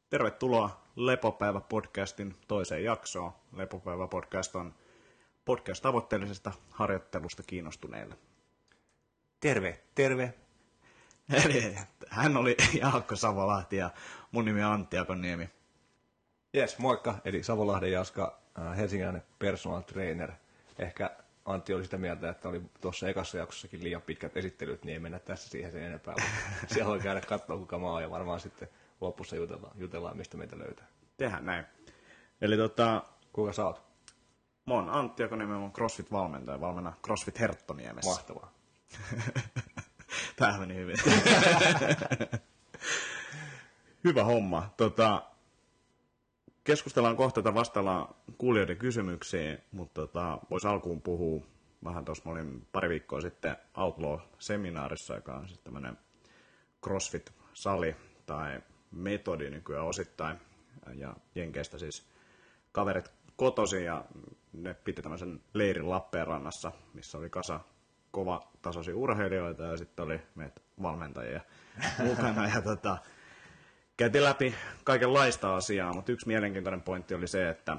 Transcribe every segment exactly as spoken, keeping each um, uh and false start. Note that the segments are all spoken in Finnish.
Tervetuloa Lepopäivä-podcastin toiseen jaksoon. Lepopäivä-podcast on podcast tavoitteellisesta harjoittelusta kiinnostuneille. Terve, terve. Eli hän oli Jaakko Savolahti ja mun nimi on Antti Akoniemi. Jes, moikka. Eli Savolahden Jaska, Helsingin personal trainer. Ehkä Antti oli sitä mieltä, että oli tuossa ekassa jaksossakin liian pitkät esittelyt, niin ei mennä tässä siihen sen enempää. Siellä voi käydä katsoa, kuka mä oon, ja varmaan sitten lopussa jutellaan, jutellaan mistä meitä löytää. Tehdään näin. Eli tota... Kuka sä oot? Mä oon Antti Akoniemi, mä oon CrossFit-valmentaja, valmennan CrossFit Herttoniemessä. Mahtavaa. Tää meni hyvin. Hyvä homma. Tota, keskustellaan kohta tai vastaillaan kuulijoiden kysymyksiin, mutta tota, vois alkuun puhua vähän tuossa. Mä olin pari viikkoa sitten Outlaw-seminaarissa, joka on sitten tämmönen CrossFit-sali tai metodi nykyään osittain. Ja Jenkeistä siis kaverit kotosi ja ne piti tämmöisen leirin Lappeenrannassa, missä oli kasa kovatasoisia urheilijoita ja sitten oli meitä valmentajia mukana. Ja tota, käytiin läpi kaikenlaista asiaa, mutta yksi mielenkiintoinen pointti oli se, että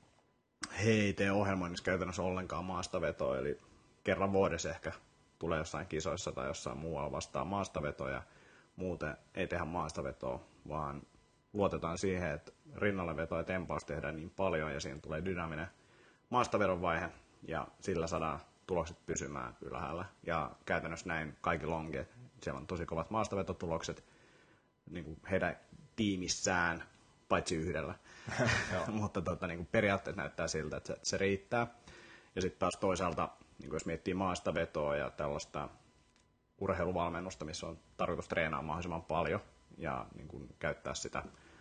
he ei tee ohjelmoinnissa käytännössä ollenkaan maastavetoa, eli kerran vuodessa ehkä tulee jossain kisoissa tai jossain muualla vastaan maastavetoja, muuten ei tehdä maastavetoa, vaan luotetaan siihen, että rinnalleveto ja tempaus tehdään niin paljon ja siinä tulee dynaaminen maastavedon vaihe ja sillä saadaan tulokset pysymään ylhäällä. Ja käytännössä näin kaikki longet, siellä on tosi kovat maastavetotulokset niin kuin heidän tiimissään, paitsi yhdellä. Mutta tota, niin kuin periaatteessa näyttää siltä, että se, se riittää. Ja sitten taas toisaalta, niin kuin jos miettii maastavetoa ja tällaista urheiluvalmennusta, missä on tarkoitus treenaa mahdollisimman paljon ja niin kuin käyttää sitä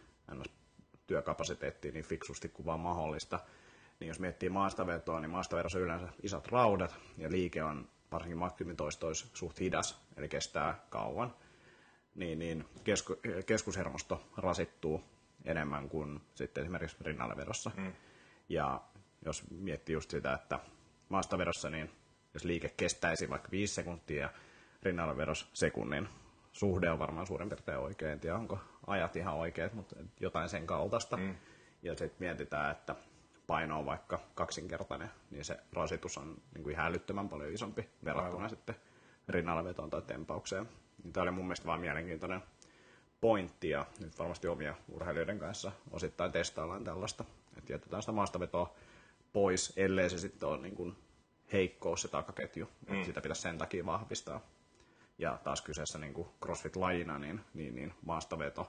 työkapasiteettia niin fiksusti kuin vaan mahdollista, niin jos miettii maastavetoa, niin maastavedossa on yleensä isot raudat ja liike on varsinkin maksimitoistois suht hidas, eli kestää kauan, niin, niin kesku, keskushermosto rasittuu enemmän kuin sitten esimerkiksi rinnallevedossa. Mm. Ja jos miettii just sitä, että maastavedossa, niin jos liike kestäisi vaikka viisi sekuntia ja rinnallevedossa sekunnin, suhde on varmaan suurin piirtein oikein, en tiedä onko ajat ihan oikeat, mutta jotain sen kaltaista. Mm. Ja sitten mietitään, että paino on vaikka kaksinkertainen, niin se rasitus on niin kuin ihan älyttömän paljon isompi verrattuna Aivan. sitten rinnallevetoon tai tempaukseen. Tämä oli mun mielestä vaan mielenkiintoinen pointti, ja nyt varmasti omia urheilijoiden kanssa osittain testaillaan tällaista, että jätetään sitä maastavetoa pois, ellei se sitten ole niin kuin heikkous se takaketju, mm. että sitä pitäisi sen takia vahvistaa. Ja taas kyseessä niin kuin CrossFit-lajina, niin, niin, niin maastaveto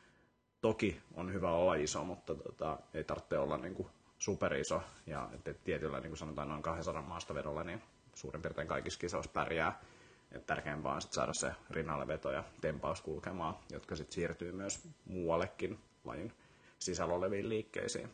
toki on hyvä olla iso, mutta tota, ei tarvitse olla niin kuin superiso. Ja että tietyllä, niin kuin sanotaan, noin kaksisataa maastavedolla, niin suurin piirtein kaikissa kisoissa pärjää. Et tärkeämpää on sit saada se rinnalleveto ja tempaus kulkemaan, jotka sitten siirtyy myös muuallekin lajin sisällä oleviin liikkeisiin.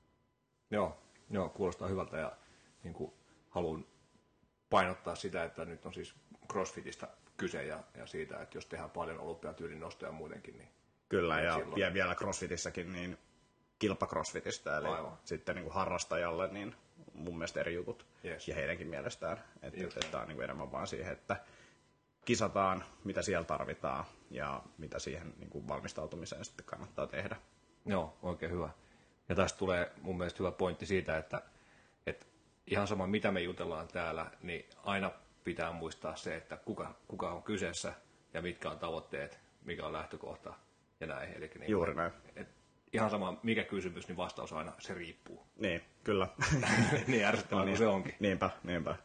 Joo, joo kuulostaa hyvältä ja niin kuin haluan painottaa sitä, että nyt on siis CrossFitista kyse ja, ja siitä, että jos tehdään paljon olympiatyylin nostoja muutenkin, niin kyllä, ja silloin vielä, vielä CrossFitissakin, niin kilpa-CrossFitista, eli Aivan. sitten niin kuin harrastajalle, niin mun mielestä eri jutut, yes. ja heidänkin mielestään, että, että tämä on niin kuin enemmän vaan siihen, että kisataan, mitä siellä tarvitaan, ja mitä siihen niin kuin valmistautumiseen sitten kannattaa tehdä. Joo, oikein hyvä. Ja tästä tulee mun mielestä hyvä pointti siitä, että, että ihan sama mitä me jutellaan täällä, niin aina pitää muistaa se, että kuka, kuka on kyseessä ja mitkä on tavoitteet, mikä on lähtökohta ja näin. Eli niin, Juuri näin. Et ihan sama mikä kysymys, niin vastaus aina se riippuu. Niin, kyllä. niin ärsyttävää kuin se onkin. Niinpä, niinpä.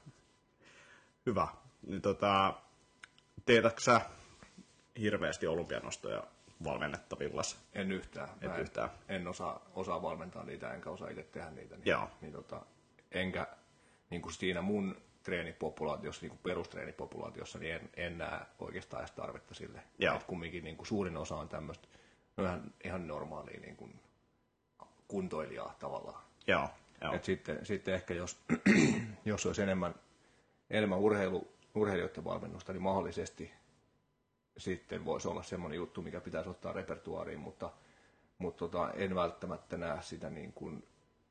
Hyvä. Niin, tota, teetätkö sä hirveästi olympianostoja valmennettavillas? En yhtään. Et en, yhtään. En osaa, osaa valmentaa niitä, enkä osaa itse tehdä niitä. Niin, Joo. Niin, tota, enkä niin kuin siinä mun treenipopulaatiossa, niin kuin perusteenipopulaatiossa, niin en, en näe oikeastaan edes tarvetta sille. Että kumminkin niin kuin suurin osa on tämmöistä no ihan, ihan normaalia niin kuin kuntoilijaa tavallaan. Joo, joo. Et sitten, sitten ehkä jos, jos olisi enemmän, enemmän urheilu, urheilijoiden valmennusta, niin mahdollisesti sitten voisi olla semmoinen juttu, mikä pitäisi ottaa repertuaariin, mutta, mutta tota, en välttämättä näe sitä niin kuin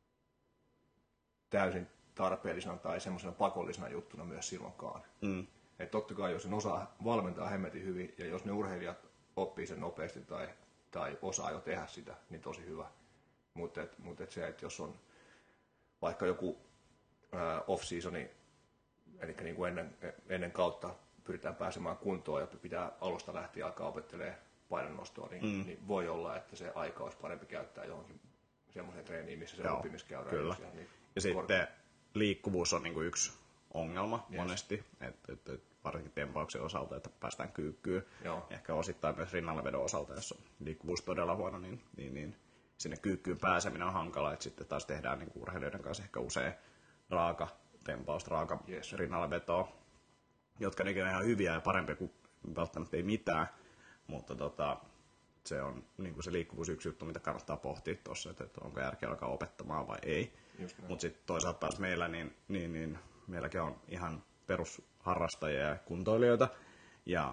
täysin tarpeellisena tai semmoisena pakollisena juttuna myös silloinkaan. Mm. Et totta kai jos sen osaa valmentaa hemmetin hyvin ja jos ne urheilijat oppii sen nopeasti tai tai osaa jo tehdä sitä, niin tosi hyvä. Mutta et, mut et se, että jos on vaikka joku ää, off-seasoni, eli niin kuin ennen, ennen kautta pyritään pääsemään kuntoon ja pitää alusta lähtien alkaa opettelemaan painonnostoa, niin, mm. niin voi olla, että se aika olisi parempi käyttää johonkin semmoiseen treeniin, missä se Joo, oppimis käydään. Kyllä. Niin ja sitten korkein. Liikkuvuus on niinku yksi ongelma yes. monesti, että et, et varsinkin tempauksen osalta, että päästään kyykkyyn. Joo. Ehkä osittain myös rinnallevedon osalta, jos on liikkuvuus todella huono, niin, niin, niin sinne kyykkyyn pääseminen on hankala, että sitten taas tehdään niinku urheilijoiden kanssa ehkä usein raaka tempausta, raaka yes. rinnallevetoa, jotka ne on ihan hyviä ja parempia kuin välttämättä ei mitään, mutta tota, se on niin kuin se liikkuvuus yksi juttu, mitä kannattaa pohtia tuossa, että, että onko järkeä alkaa opettamaan vai ei. Mutta sitten toisaalta taas meillä, niin, niin, niin meilläkin on ihan perusharrastajia ja kuntoilijoita, ja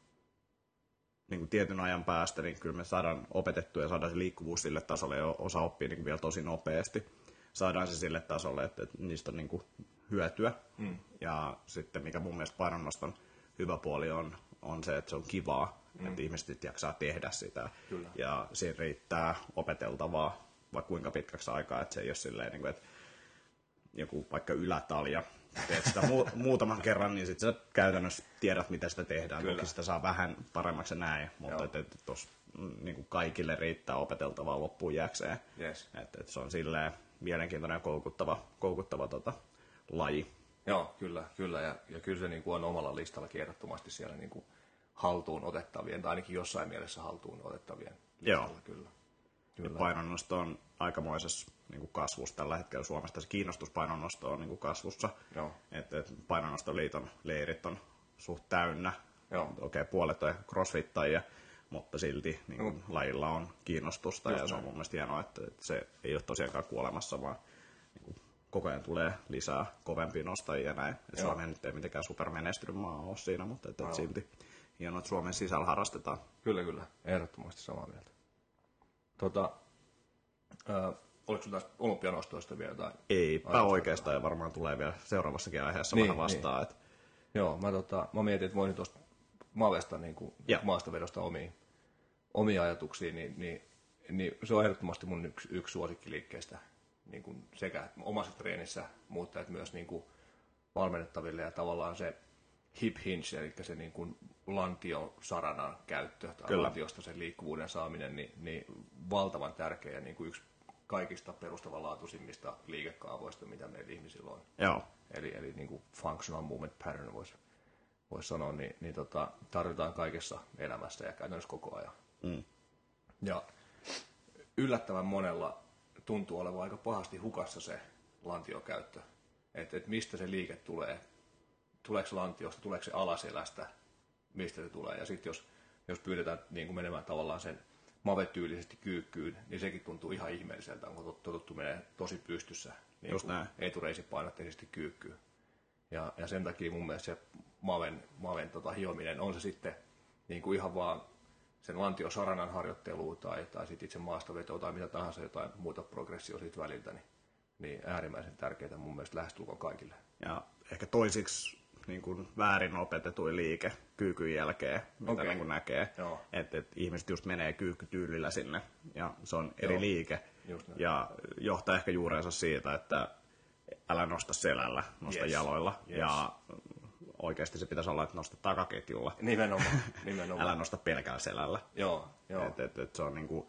niin kuin tietyn ajan päästä, niin kyllä me saadaan opetettua ja saadaan se liikkuvuus sille tasolle, ja osa oppii niin kuin vielä tosi nopeasti. Saadaan se sille tasolle, että, että niistä on niin kuin hyötyä. Mm. Ja sitten mikä mun mielestä painonnoston hyvä puoli on, on se, että se on kivaa, mm. että ihmiset jaksaa tehdä sitä. Kyllä. Ja siinä riittää opeteltavaa vaikka kuinka pitkäksi aikaa, että se ei ole silleen, niin kuin, että joku vaikka ylätalja, teet sitä mu- muutaman kerran, niin sitten sä käytännössä tiedät, miten sitä tehdään. Kyllä. Toki sitä saa vähän paremmaksi näin, mutta et, et, tos, niin kuin kaikille riittää opeteltavaa loppuun jääkseen. Yes. Et, et se on silleen mielenkiintoinen ja koukuttava, koukuttava tota, laji. Joo, kyllä, kyllä. Ja, ja kyllä se niin kuin on omalla listalla ehdottomasti siellä niin kuin haltuun otettavien, tai ainakin jossain mielessä haltuun otettavien listalla. Joo. Kyllä. Kyllä. Painonnosto on aikamoisessa niin kuin kasvussa tällä hetkellä Suomesta. Se kiinnostus painonnosto on niin kuin kasvussa. Et, et Painonnostoliiton leirit on suht täynnä. Okei, okay, puolet on ehkä crossfittajia, mutta silti niin kuin, mm. lajilla on kiinnostusta. Just ja se on mun mielestä hienoa, että, että se ei ole tosiaankaan kuolemassa, vaan niin kuin, koko ajan tulee lisää kovempia nostajia ja näin. Et Suomi nyt ei mitenkään supermenestynyt maa ole siinä, mutta et, et silti hienoa, että Suomen sisällä harrastetaan. Kyllä, kyllä. Ehdottomasti samaa mieltä. Tota, äh, oliko sinulla olympianostoista vielä jotain? Eipä oikeastaan, ja varmaan tulee vielä seuraavassakin aiheessa niin, vähän vastaan. Niin. Että... Joo, mä, tota, mä mietin, että voisin tuosta Mavesta niin kuin maastavedosta omia, omia ajatuksia, niin, niin, niin se on ehdottomasti mun yksi, yksi suosikkiliikkeistä niin kuin sekä omassa treenissä, mutta että myös niin kuin valmennettaville, ja tavallaan se hip hinge, eli se niin kuin lantiosaranan käyttö tai Kyllä. lantiosta sen liikkuvuuden saaminen, niin, niin valtavan tärkeä ja niin kuin yksi kaikista perustavanlaatuisimmista liikekaavoista, mitä meillä ihmisillä on. Joo. Eli, eli niin kuin functional movement pattern voisi vois sanoa, niin, niin tota, tarvitaan kaikessa elämässä ja käytännössä koko ajan. Mm. Ja yllättävän monella tuntuu olevan aika pahasti hukassa se lantiokäyttö, että et mistä se liike tulee. Tuleeko se lantiosta, tuleeko se alaselästä, mistä se tulee. Ja sitten jos, jos pyydetään niin kuin menemään tavallaan sen mavetyylisesti kyykkyyn, niin sekin tuntuu ihan ihmeelliseltä, onko totuttu menee tosi pystyssä niin etureisipainotteisesti kyykkyyn. Ja, ja sen takia mun mielestä se maven, maven tota, hiominen on se sitten niin kuin ihan vaan sen lantiosaranan harjoittelua tai, tai sitten itse maastavetoa tai mitä tahansa jotain muuta progressio siitä väliltä, niin, niin äärimmäisen tärkeää mun mielestä lähestulkoon kaikille. Ja ehkä toisiksi niin kuin väärin opetetuin liike kyykyn jälkeen, mitä okay. niin kuin näkee. Että et ihmiset just menee kyykkytyylillä sinne ja se on eri Joo. liike. Ja johtaa ehkä juureensa siitä, että älä nosta selällä, nosta yes. jaloilla. Yes. Ja oikeasti se pitäisi olla, että nosta takaketjulla. Nimenomaan. Nimenomaan. Älä nosta pelkällä selällä. Joo, joo. Et, et, et se on niin kuin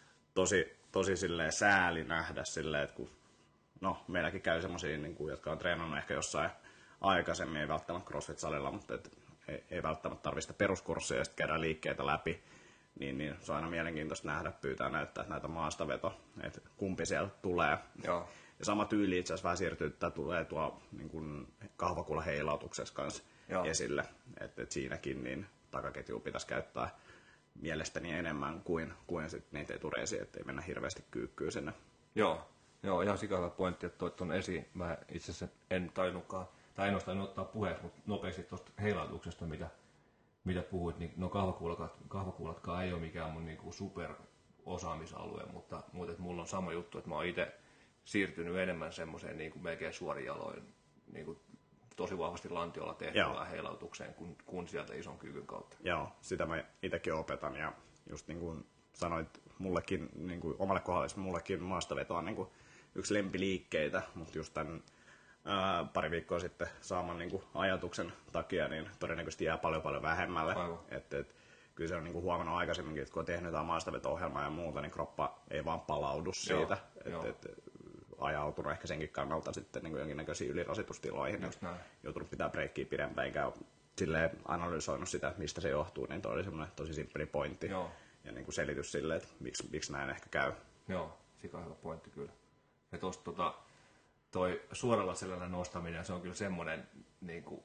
tosi, tosi silleen sääli nähdä silleen, että kun no, meilläkin käy semmoisia, niin kuin, jotka on treenannut ehkä jossain aikaisemmin, ei välttämättä CrossFit-salilla, mutta et, ei, ei välttämättä tarvitse sitä peruskurssia ja sitten käydään liikkeitä läpi, niin, niin se on aina mielenkiintoista nähdä, pyytää näyttää näitä maastaveto, että kumpi siellä tulee. Joo. Ja sama tyyli itse asiassa vähän siirtyy, että tulee tuo niin kuin kahvakuulan heilautuksessa kanssa Joo. esille, että et siinäkin niin takaketjua pitäisi käyttää mielestäni enemmän kuin, kuin sit niitä etureisiä, ettei mennä hirveästi kyykkyyn sinne. Joo. Joo, ihan sikavä pointti, että toit tuon esiin. Mä itse asiassa en tainnutkaan, tai en olisi ottaa puheeksi, mutta nopeasti tuosta heilautuksesta, mitä, mitä puhuit, niin no kahvakuulat, kahvakuulatkaan ei ole mikään mun niinku superosaamisalue, mutta, mutta että mulla on sama juttu, että mä oon itse siirtynyt enemmän semmoiseen niinku melkein suorijaloin, niinku tosi vahvasti lantiolla tehtävään heilautukseen kuin, kuin sieltä ison kyykyn kautta. Joo, sitä mä itsekin opetan ja just niin kuin sanoit mullekin, niin kuin omalle kohdalle, mullekin maastaveto on niin kuin yksi lempiliikkeitä, mutta just tämän ää, pari viikkoa sitten saaman niin kuin ajatuksen takia, niin todennäköisesti jää paljon paljon vähemmälle. Et, et, kyllä se on niin kuin huomannut aikaisemminkin, että kun on tehnyt jotain maastaveto-ohjelmaa ja muuta, niin kroppa ei vaan palaudu siitä. Joo, et, et, ajautunut ehkä senkin kannalta sitten niin kuin jonkinnäköisiin ylirasitustiloihin. Joutunut pitää breikkiä pidempään, eikä ole silleen analysoinut sitä, että mistä se johtuu, niin toi oli semmoinen tosi simppeli pointti. Joo. Ja niin kuin selitys silleen, että miksi, miksi näin ehkä käy. Joo, sika hyvä pointti kyllä. Ja tosta tota, toi suoralla selällä nostaminen, se on kyllä semmoinen niin kuin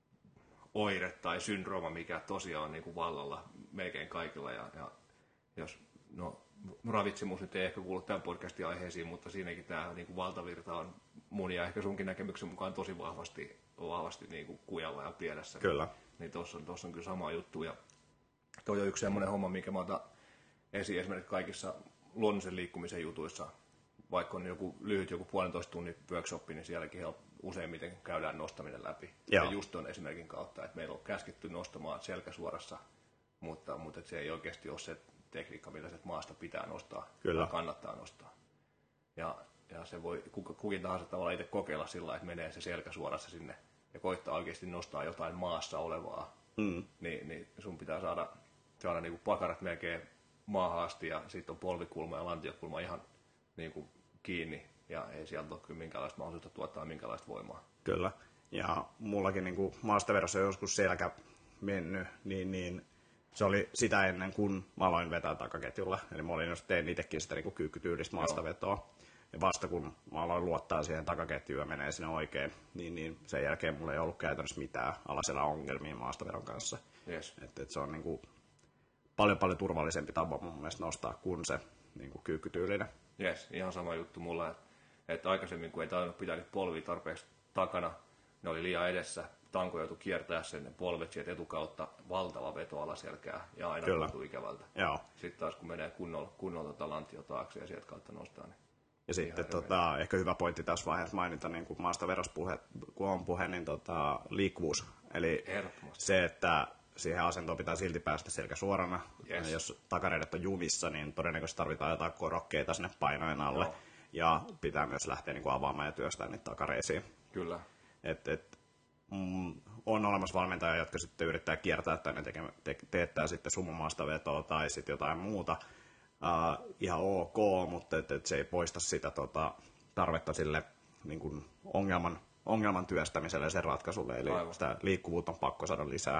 oire tai syndrooma, mikä tosiaan on niin kuin vallalla melkein kaikilla. Ja, ja jos, no, ravitsemus nyt ei ehkä kuulu tämän podcastin aiheisiin, mutta siinäkin tämä niin kuin valtavirta on mun ja ehkä sunkin näkemyksen mukaan tosi vahvasti, vahvasti niin kuin kujalla ja pielessä. Kyllä. Niin tuossa on, tossa on kyllä sama juttu. Ja toi on yksi semmoinen homma, minkä mä otan esiin esimerkiksi kaikissa luonnollisen liikkumisen jutuissa. Vaikka on joku lyhyt, joku puolentoista tunnin workshop, niin sielläkin useimmiten käydään nostaminen läpi. Joo. Ja just on esimerkin kautta, että meillä on käsketty nostamaan selkäsuorassa, mutta, mutta se ei oikeasti ole se tekniikka, millä se maasta pitää nostaa. Kyllä. Kannattaa nostaa. Ja, ja se voi kukin tahansa tavalla itse kokeilla sillä, että menee se selkäsuorassa sinne ja koittaa oikeasti nostaa jotain maassa olevaa. Mm. Niin, niin sun pitää saada, saada niinku pakarat melkein maahan asti ja sitten on polvikulma ja lantiokulma ihan niinku kiinni ja ei sieltä ole kyllä minkäänlaista mahdollisuutta tuottaa minkäänlaista voimaa. Kyllä. Ja mullakin niin maastavedossa on joskus selkä mennyt, niin, niin se oli sitä ennen kuin mä aloin vetää takaketjulla. Eli mä olin, jos tein itsekin sitä niin kyykkytyylistä maastavetoa. Joo. Ja vasta kun mä aloin luottaa siihen takaketjuun ja menee sinne oikein, niin, niin sen jälkeen mulla ei ollut käytännössä mitään alaselän ongelmia maastavedon kanssa. Yes. Et, et se on niin kuin paljon paljon turvallisempi tapa mun mielestä nostaa kuin se niin kuin kyykkytyylinen. Jes, ihan sama juttu mulla, että, että aikaisemmin kun ei tainnut pitää niitä polvia tarpeeksi takana, ne oli liian edessä, tanko joutui kiertää sen ne polvet sieltä etukautta, valtava veto alaselkää ja aina tuntuu ikävältä. Joo. Sitten taas kun menee kunnolla, kunnolla tota lantio taakse ja sieltä kautta nostaa, niin ja sitten tota, ehkä hyvä pointti tässä vaiheessa mainita, niin kun maastavedospuhe, kun on puhe, niin tota, liikkuvuus. Eli se, että siihen asentoon pitää silti päästä selkä suorana. Yes. Jos takareidet on jumissa, niin todennäköisesti tarvitaan jotain korokkeita sinne painojen alle. No. Ja pitää myös lähteä niin kuin avaamaan ja työstää niitä takareisiin. Kyllä. Et, et, mm, on olemassa valmentajia, jotka sitten yrittää kiertää tai ne teke, te, teettää sitten sumomaastavetoa tai sitten jotain muuta. Uh, ihan ok, mutta et, et se ei poista sitä tota, tarvetta sille niin kuin ongelman, ongelman työstämiselle ja sen ratkaisulle. Eli aivan. Sitä liikkuvuutta on pakko saada lisää.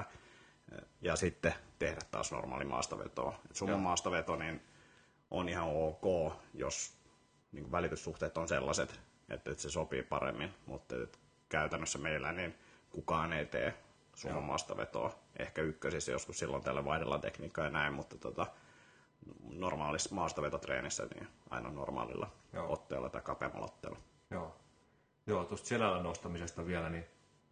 Ja sitten tehdä taas normaali maastavetoa. Summan maastaveto niin on ihan ok, jos niin kuin välityssuhteet on sellaiset, että, että se sopii paremmin. Mutta että käytännössä meillä niin kukaan ei tee summan maastavetoa. Ehkä ykkösissä joskus silloin tällä vaihdellaan tekniikkaa ja näin, mutta tota, normaalissa maastavetotreenissä niin aina normaalilla Joo. otteella tai kapeammalla otteella. Joo, Joo tuosta selällä nostamisesta vielä, niin,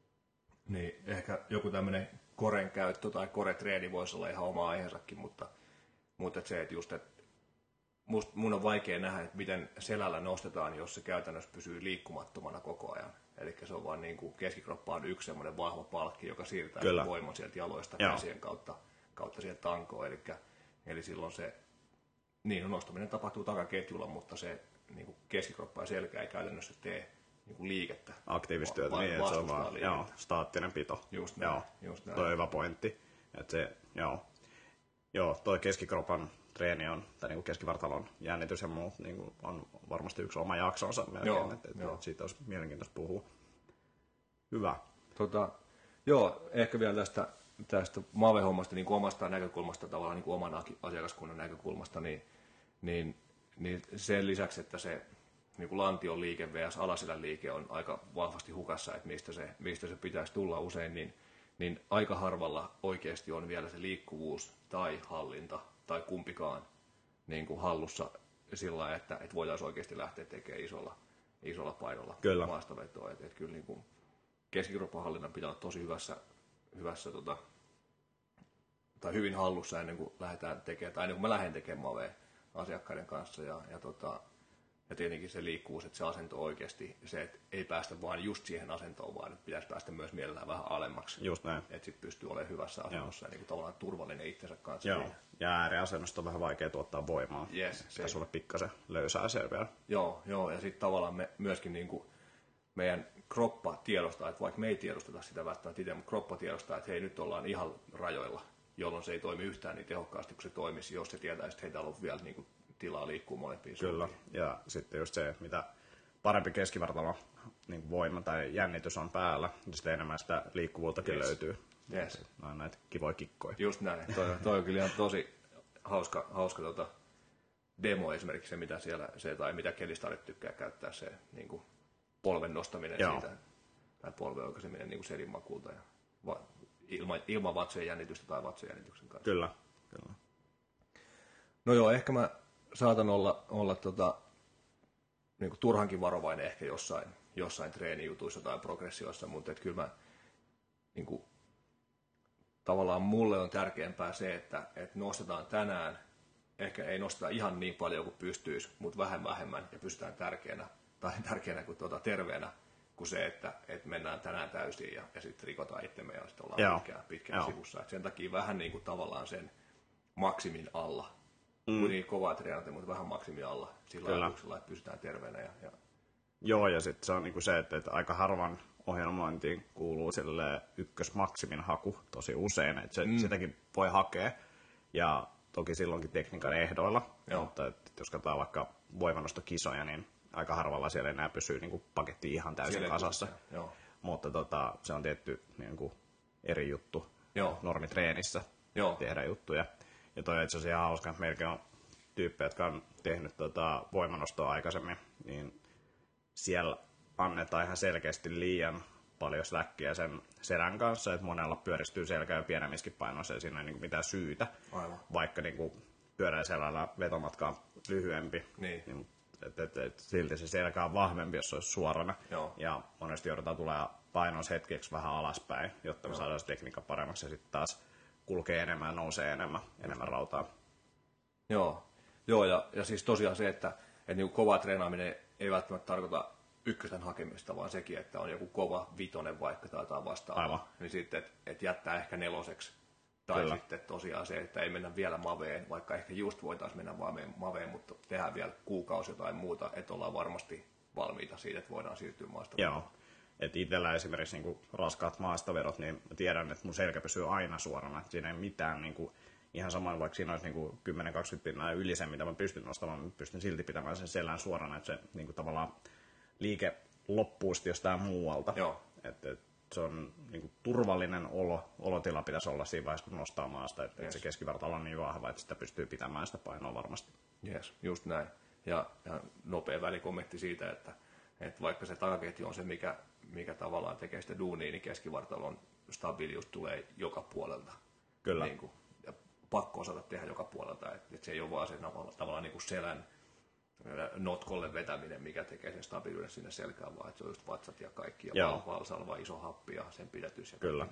niin ehkä joku tämmöinen koren käyttö tai koretreeni voisi olla ihan oma aiheensakin, mutta, mutta se, että just, että must, mun on vaikea nähdä, että miten selällä nostetaan, jos se käytännössä pysyy liikkumattomana koko ajan. Eli se on vaan niin kuin keskikroppa on yksi semmoinen vahva palkki, joka siirtää voiman sieltä jaloista Joo. käsien kautta, kautta siihen tankoon. Eli, eli silloin se niin, nostaminen tapahtuu takaketjulla, mutta se niin kuin keskikroppa ja selkä ei käytännössä tee niin kuin liikettä. Aktiivistyötä, niin että se on vaan joo, staattinen pito. Just näin. Joo, just näin. Toi on hyvä pointti. Että se, joo. joo, toi keskikropan treeni on, tai niin kuin keskivartalon jännitys ja muut, niin kuin on varmasti yksi oma jaksonsa melkein, joo, että, että joo. siitä olisi mielenkiintoista puhua. Hyvä. Tota, joo, ehkä vielä tästä, tästä Mave-hommasta niin kuin omasta näkökulmasta, tavallaan niin kuin oman asiakaskunnan näkökulmasta, niin, niin, niin sen lisäksi, että se niin kuin lantion liike versus alaselän liike on aika vahvasti hukassa, että mistä se, mistä se pitäisi tulla usein, niin, niin aika harvalla oikeasti on vielä se liikkuvuus tai hallinta tai kumpikaan niin kuin hallussa sillä lailla, että, että voitaisiin oikeasti lähteä tekemään isolla, isolla painolla kyllä. maastavetoa. Että, että kyllä niin kuin keskikroppan hallinnan pitää olla tosi hyvässä, hyvässä tota, tai hyvin hallussa ennen kuin lähdetään tekemään, tai ennen kuin mä lähden tekemään Mavea asiakkaiden kanssa. Ja, ja tota, Ja tietenkin se liikkuvuus, että se asento oikeasti, se, että ei päästä vaan just siihen asentoon, vaan että pitäisi päästä myös mielellään vähän alemmaksi. Just näin. Että sitten pystyy olemaan hyvässä asennossa ja niin kuin tavallaan turvallinen itsensä kanssa. Joo. Ja ääriasennosta on vähän vaikea tuottaa voimaa. Yes, pitäisi olla pikkasen löysää se vielä. Joo, joo, ja sitten tavallaan me myöskin niin kuin meidän kroppa tiedostaa, että vaikka me ei tiedosteta sitä välttämättä itse, mutta kroppa tiedostaa, että hei, nyt ollaan ihan rajoilla, jolloin se ei toimi yhtään niin tehokkaasti kuin se toimisi, jos se tietäisi, että hei, täällä on vielä niin kuin tilaa liikkuu molempiin Kyllä, suuntiin. Ja sitten just se, mitä parempi keskivartalon niin voima tai jännitys on päällä, niin sitä enemmän sitä liikkuvuuttakin yes. löytyy. Yes. Nämä on näitä kivoja kikkoja. Just näin. Toi, toi on kyllä ihan tosi hauska, hauska tota demo esimerkiksi se, mitä siellä, se, tai mitä Kelistarit tykkää käyttää, se niin kuin polven nostaminen Joo. siitä, tai polven oikaiseminen niin kuin selinmakulta ja va, ilman, ilman vatsojen jännitystä tai vatsojen jännityksen kanssa. Kyllä, kyllä. No joo, ehkä mä saatan olla, olla tota, niin kuin turhankin varovainen ehkä jossain, jossain treenijutuissa tai progressioissa, mutta et kyllä mä, niin kuin, tavallaan mulle on tärkeämpää se, että, että nostetaan tänään, ehkä ei nosteta ihan niin paljon kuin pystyisi, mutta vähän vähemmän ja pysytään tärkeänä, tai tärkeänä kuin tuota, terveenä, kuin se, että, että mennään tänään täysin ja, ja sitten rikotaan itsemme ja sitten ollaan Joo. pitkään, pitkään sivussa. Et sen takia vähän niin kuin tavallaan sen maksimin alla. Mm. Kuitenkin kovaa treenata, mutta vähän maksimin alla sillä ajatuksella, että pysytään terveenä. Ja, ja... Joo, ja sitten se on niinku se, että, että aika harvan ohjelmointiin kuuluu sille ykkösmaksimin haku tosi usein, että se, mm. sitäkin voi hakea, ja toki silloinkin tekniikan ehdoilla, Joo. mutta että jos katsotaan vaikka voimannostokisoja, niin aika harvalla siellä enää pysyy niin kuin paketti ihan täysin siellä kasassa, Joo. mutta tota, se on tietty niin kuin eri juttu Joo. normitreenissä Joo. tehdä juttuja. Ja toi on itse asiassa ihan hauska, että meilläkin on tyyppejä, jotka on tehnyt tota voimannostoa aikaisemmin, niin siellä annetaan ihan selkeästi liian paljon släkkiä sen selän kanssa, että monella pyöristyy selkä jo pienemmissäkin painoissa ja siinä ei niin mitään syytä, Aivan. vaikka niin pyöräiselällä vetomatka on lyhyempi, niin. Niin, et, et, et, silti se selkä on vahvempi, jos se olisi suorana. Joo. Ja monesti joudutaan tulemaan painos hetkeksi vähän alaspäin, jotta me Joo. saadaan se tekniikka paremmaksi ja sitten taas kulkee enemmän ja nousee enemmän, enemmän rautaa. Joo, Joo ja, ja siis tosiaan se, että, että niin kova treenaaminen ei välttämättä tarkoita ykkösten hakemista, vaan sekin, että on joku kova vitonen vaikka tai jotain vastaavaa. Niin sitten, että et jättää ehkä neloseksi. Tai Kyllä. sitten tosiaan se, että ei mennä vielä maveen, vaikka ehkä just voitaisiin mennä maveen, mutta tehdään vielä kuukausi jotain muuta, että ollaan varmasti valmiita siitä, että voidaan siirtyä maasta. Joo. Et itsellä esimerkiksi niinku raskaat maastavedot, niin tiedän, että mun selkä pysyy aina suorana. Et siinä ei mitään, niinku, ihan samoin vaikka siinä olisi niinku kymmenen kaksikymmentä pinnaa yli sen, mitä mä pystyn nostamaan, mä pystyn silti pitämään sen selän suorana, että se niinku, tavallaan liike loppuu sitten jostain muualta. Joo. Et, et, se on niinku, turvallinen olo, olotila pitäisi olla siinä vaiheessa, kun nostaa maasta, että yes. et se keskivartalo on niin vahva, että sitä pystyy pitämään sitä painoa varmasti. Jes, just näin. Ja, ja nopea välikommentti siitä, että, että vaikka se takaketju on se, mikä, mikä tavallaan tekee sitä duunia, niin keskivartalon stabiilius tulee joka puolelta. Kyllä. Niin kuin, ja pakko osata tehdä joka puolelta, että, että se ei ole vaan se tavallaan niin kuin selän notkolle vetäminen, mikä tekee sen stabiiliuden sinne selkään, vaan että se on just vatsat ja kaikki, ja val, valsalva, iso happi ja sen pidätys. Ja Kyllä.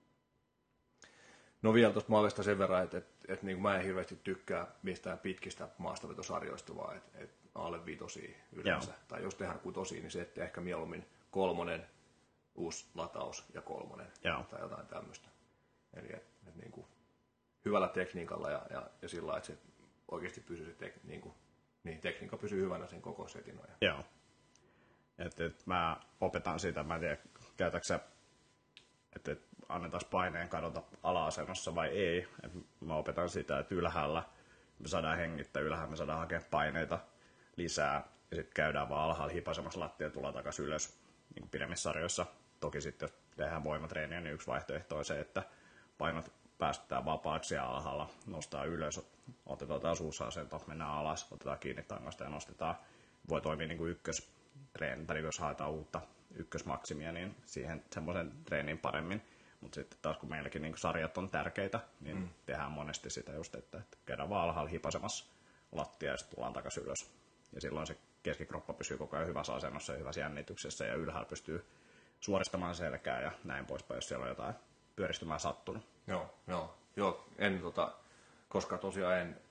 No vielä tuosta maavesta sen verran, että, että, että niin kuin mä en hirveästi tykkää mistään pitkistä maastavetosarjoista, vaan että, että alle viitosia yleensä. Joo. Tai jos tehdään kutosia, niin se, että ehkä mieluummin kolmonen, uusi lataus ja kolmonen. Joo. Tai jotain tämmöistä. Eli että, että niin kuin hyvällä tekniikalla ja, ja, ja sillä lailla, että se oikeasti pysyy se tek, niin kuin, niin tekniikka pysyy hyvänä sen koko setin ajan. Joo. Et, et mä opetan sitä, mä en tiedä, käytätkö että et annetaan paineen kadota ala-asennossa vai ei. Et mä opetan sitä, että ylhäällä me saadaan hengittää, ylhäällä me saadaan hakea paineita lisää ja sitten käydään vaan alhaalla hipasemassa lattia ja tullaan takaisin ylös niin kuin pidemmissä sarjoissa. Toki sitten jos tehdään voimatreeniä, niin yksi vaihtoehto on se, että painot päästetään vapaaksi ja alhaalla, nostaa ylös, otetaan taas uusi asento, mennään alas, otetaan kiinni tangasta ja nostetaan. Voi toimia niin kuin ykköstreeni, tai jos haetaan uutta ykkösmaksimia, niin siihen semmoisen treenin paremmin. Mutta sitten taas kun meilläkin niin sarjat on tärkeitä, niin mm. tehdään monesti sitä just, että, että käydään vaan alhaalla hipasemassa lattia ja sitten tullaan takaisin ylös. Ja silloin se keskikroppa pysyy koko ajan hyvässä asennossa ja hyvässä jännityksessä ja ylhäällä pystyy suoristamaan selkää ja näin poispäin, jos siellä on jotain pyöristymää sattunut. Joo, joo. joo en tota, koska tosiaan en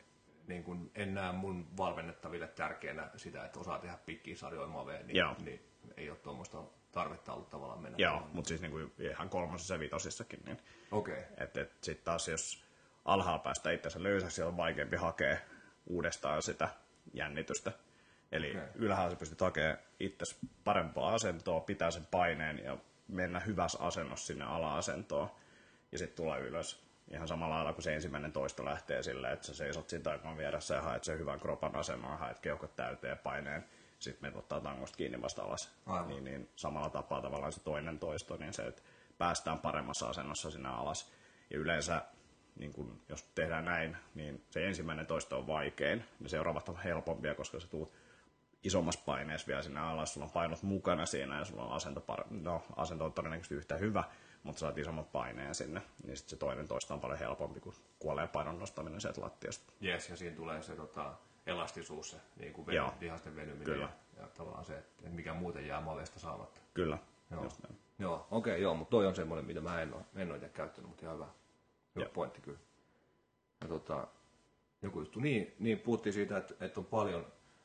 niin kun en näe mun valmennettaville tärkeänä sitä, että osaa tehdä pitkiä sarjoja maveen, niin, niin ei ole tuommoista tarvetta ollut tavallaan mennä. Joo, mutta siis niinku ihan kolmosessa ja vitosissakin. Niin, okei. Että et sitten taas jos alhaalla päästä itsensä löysäksi, on vaikeampi hakea uudestaan sitä jännitystä. Eli okay. ylhäällä sä pystyt hakemaan itsesi parempaa asentoa, pitää sen paineen ja mennä hyvässä asennossa sinne ala-asentoon. Ja sitten tulla ylös. Ihan samalla lailla kuin se ensimmäinen toisto lähtee silleen, että sä seisot siinä taikaan vieressä ja haet sen hyvän kropan asennon, haet keuhkot täyteen paineen. Sitten menet ottaa tangosta kiinni vasta alas. Niin, niin samalla tapaa tavallaan se toinen toisto, niin se, että päästään paremmassa asennossa sinne alas. Ja yleensä, niin kun, jos tehdään näin, niin se ensimmäinen toisto on vaikein. Ja seuraavat on helpompia, koska sä tuut isommassa paineessa vielä sinne alas. Sulla on painot mukana siinä ja sulla on asento, par- no, asento on todennäköisesti yhtä hyvä, mutta saat isommat paineen sinne. Niin sitten se toinen toisto on paljon helpompi, kuin kuolee painon nostaminen sieltä lattiasta. Jes, ja siinä tulee se tota, elastisuus, se niin kuin veny, lihasten venyminen ja, ja tavallaan se, että mikä muuten jää mavesta saamatta. Kyllä, joo. just näin. Joo, okei, okay, joo, mutta toi on semmoinen, mitä mä en ole, en ole itse käyttänyt, mutta ihan hyvä, hyvä pointti kyllä. Ja tota, joku juttu, niin, niin puhuttiin siitä, että, että on paljon,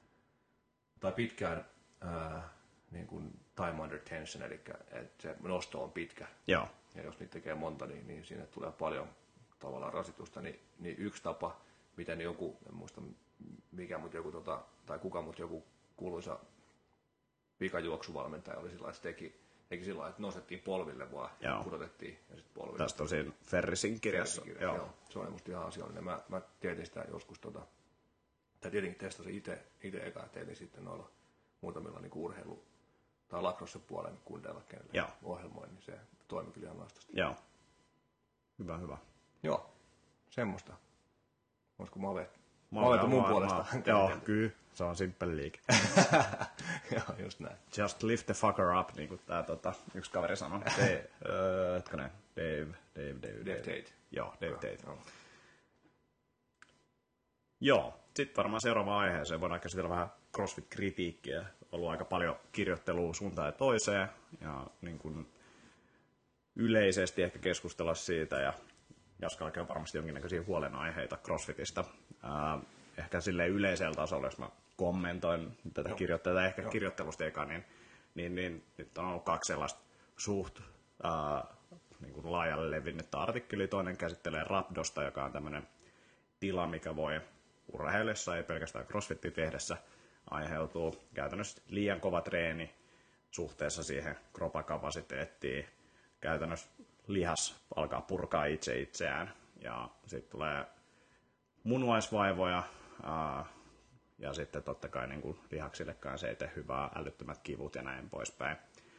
tai pitkään ää, niin kuin time under tension, eli että se nosto on pitkä. Joo. Ja jos niitä tekee monta, niin, niin sinne tulee paljon tavallaan rasitusta. Niin, niin yksi tapa, miten joku, en muista mikä, mutta joku, tota, tai kuka, mutta joku kuuluisa pikajuoksuvalmentaja oli sillä, että teki, teki sillä että nostettiin polville vaan, ja pudotettiin ja sitten polville. Tästä on siinä Ferrisin kirjassa. kirjassa. Joo. Joo. Se on musta ihan asiallinen. Mä, mä tietin sitä joskus, tota, tai tietenkin testasin itse, itse eka, tein sitten noilla muutamilla niin urheilu- tai lacrosse-puolen kundeilla, kenelle ohjelmoin, niin se toimi kyllä ihan loistavasti. Joo. Hyvä, hyvä. Joo, semmoista. Olisiko Mave? Mave on mun puolesta. Joo, kyllä. Se on simppeli liike. Joo, just näin. Just lift the fucker up, niin kuin tää tota, yksi kaveri sanoi. Dave, uh, hetkinen, Dave, Dave, Dave, Dave Tate. Joo, Dave Tate. Joo. Joo, sitten varmaan seuraavaan aiheeseen voidaan käsitellä vähän CrossFit-kritiikkiä. Ollut aika paljon kirjoittelua suuntaan ja toiseen. Ja niin kuin yleisesti ehkä keskustella siitä. Ja Jaskallakin on varmasti jonkinnäköisiä huolenaiheita CrossFitista. Äh, ehkä silleen yleisellä tasolla, jos mä kommentoin tätä kirjoittajaa, ehkä Joo. kirjoittelusta eka, niin, niin, niin nyt on ollut kaksi sellaista suht äh, niin kuin laajalle levinnyttä artikkelia. Toinen käsittelee Rhabdosta, joka on tämmöinen tila, mikä voi urheilessa, ei pelkästään CrossFitia tehdessä, aiheutuu käytännössä liian kova treeni suhteessa siihen kropakapasiteettiin. Käytännössä lihas alkaa purkaa itse itseään ja sitten tulee munuaisvaivoja ää, ja sitten totta kai niin kuin lihaksillekaan se ei tee hyvää, älyttömät kivut ja näin poispäin.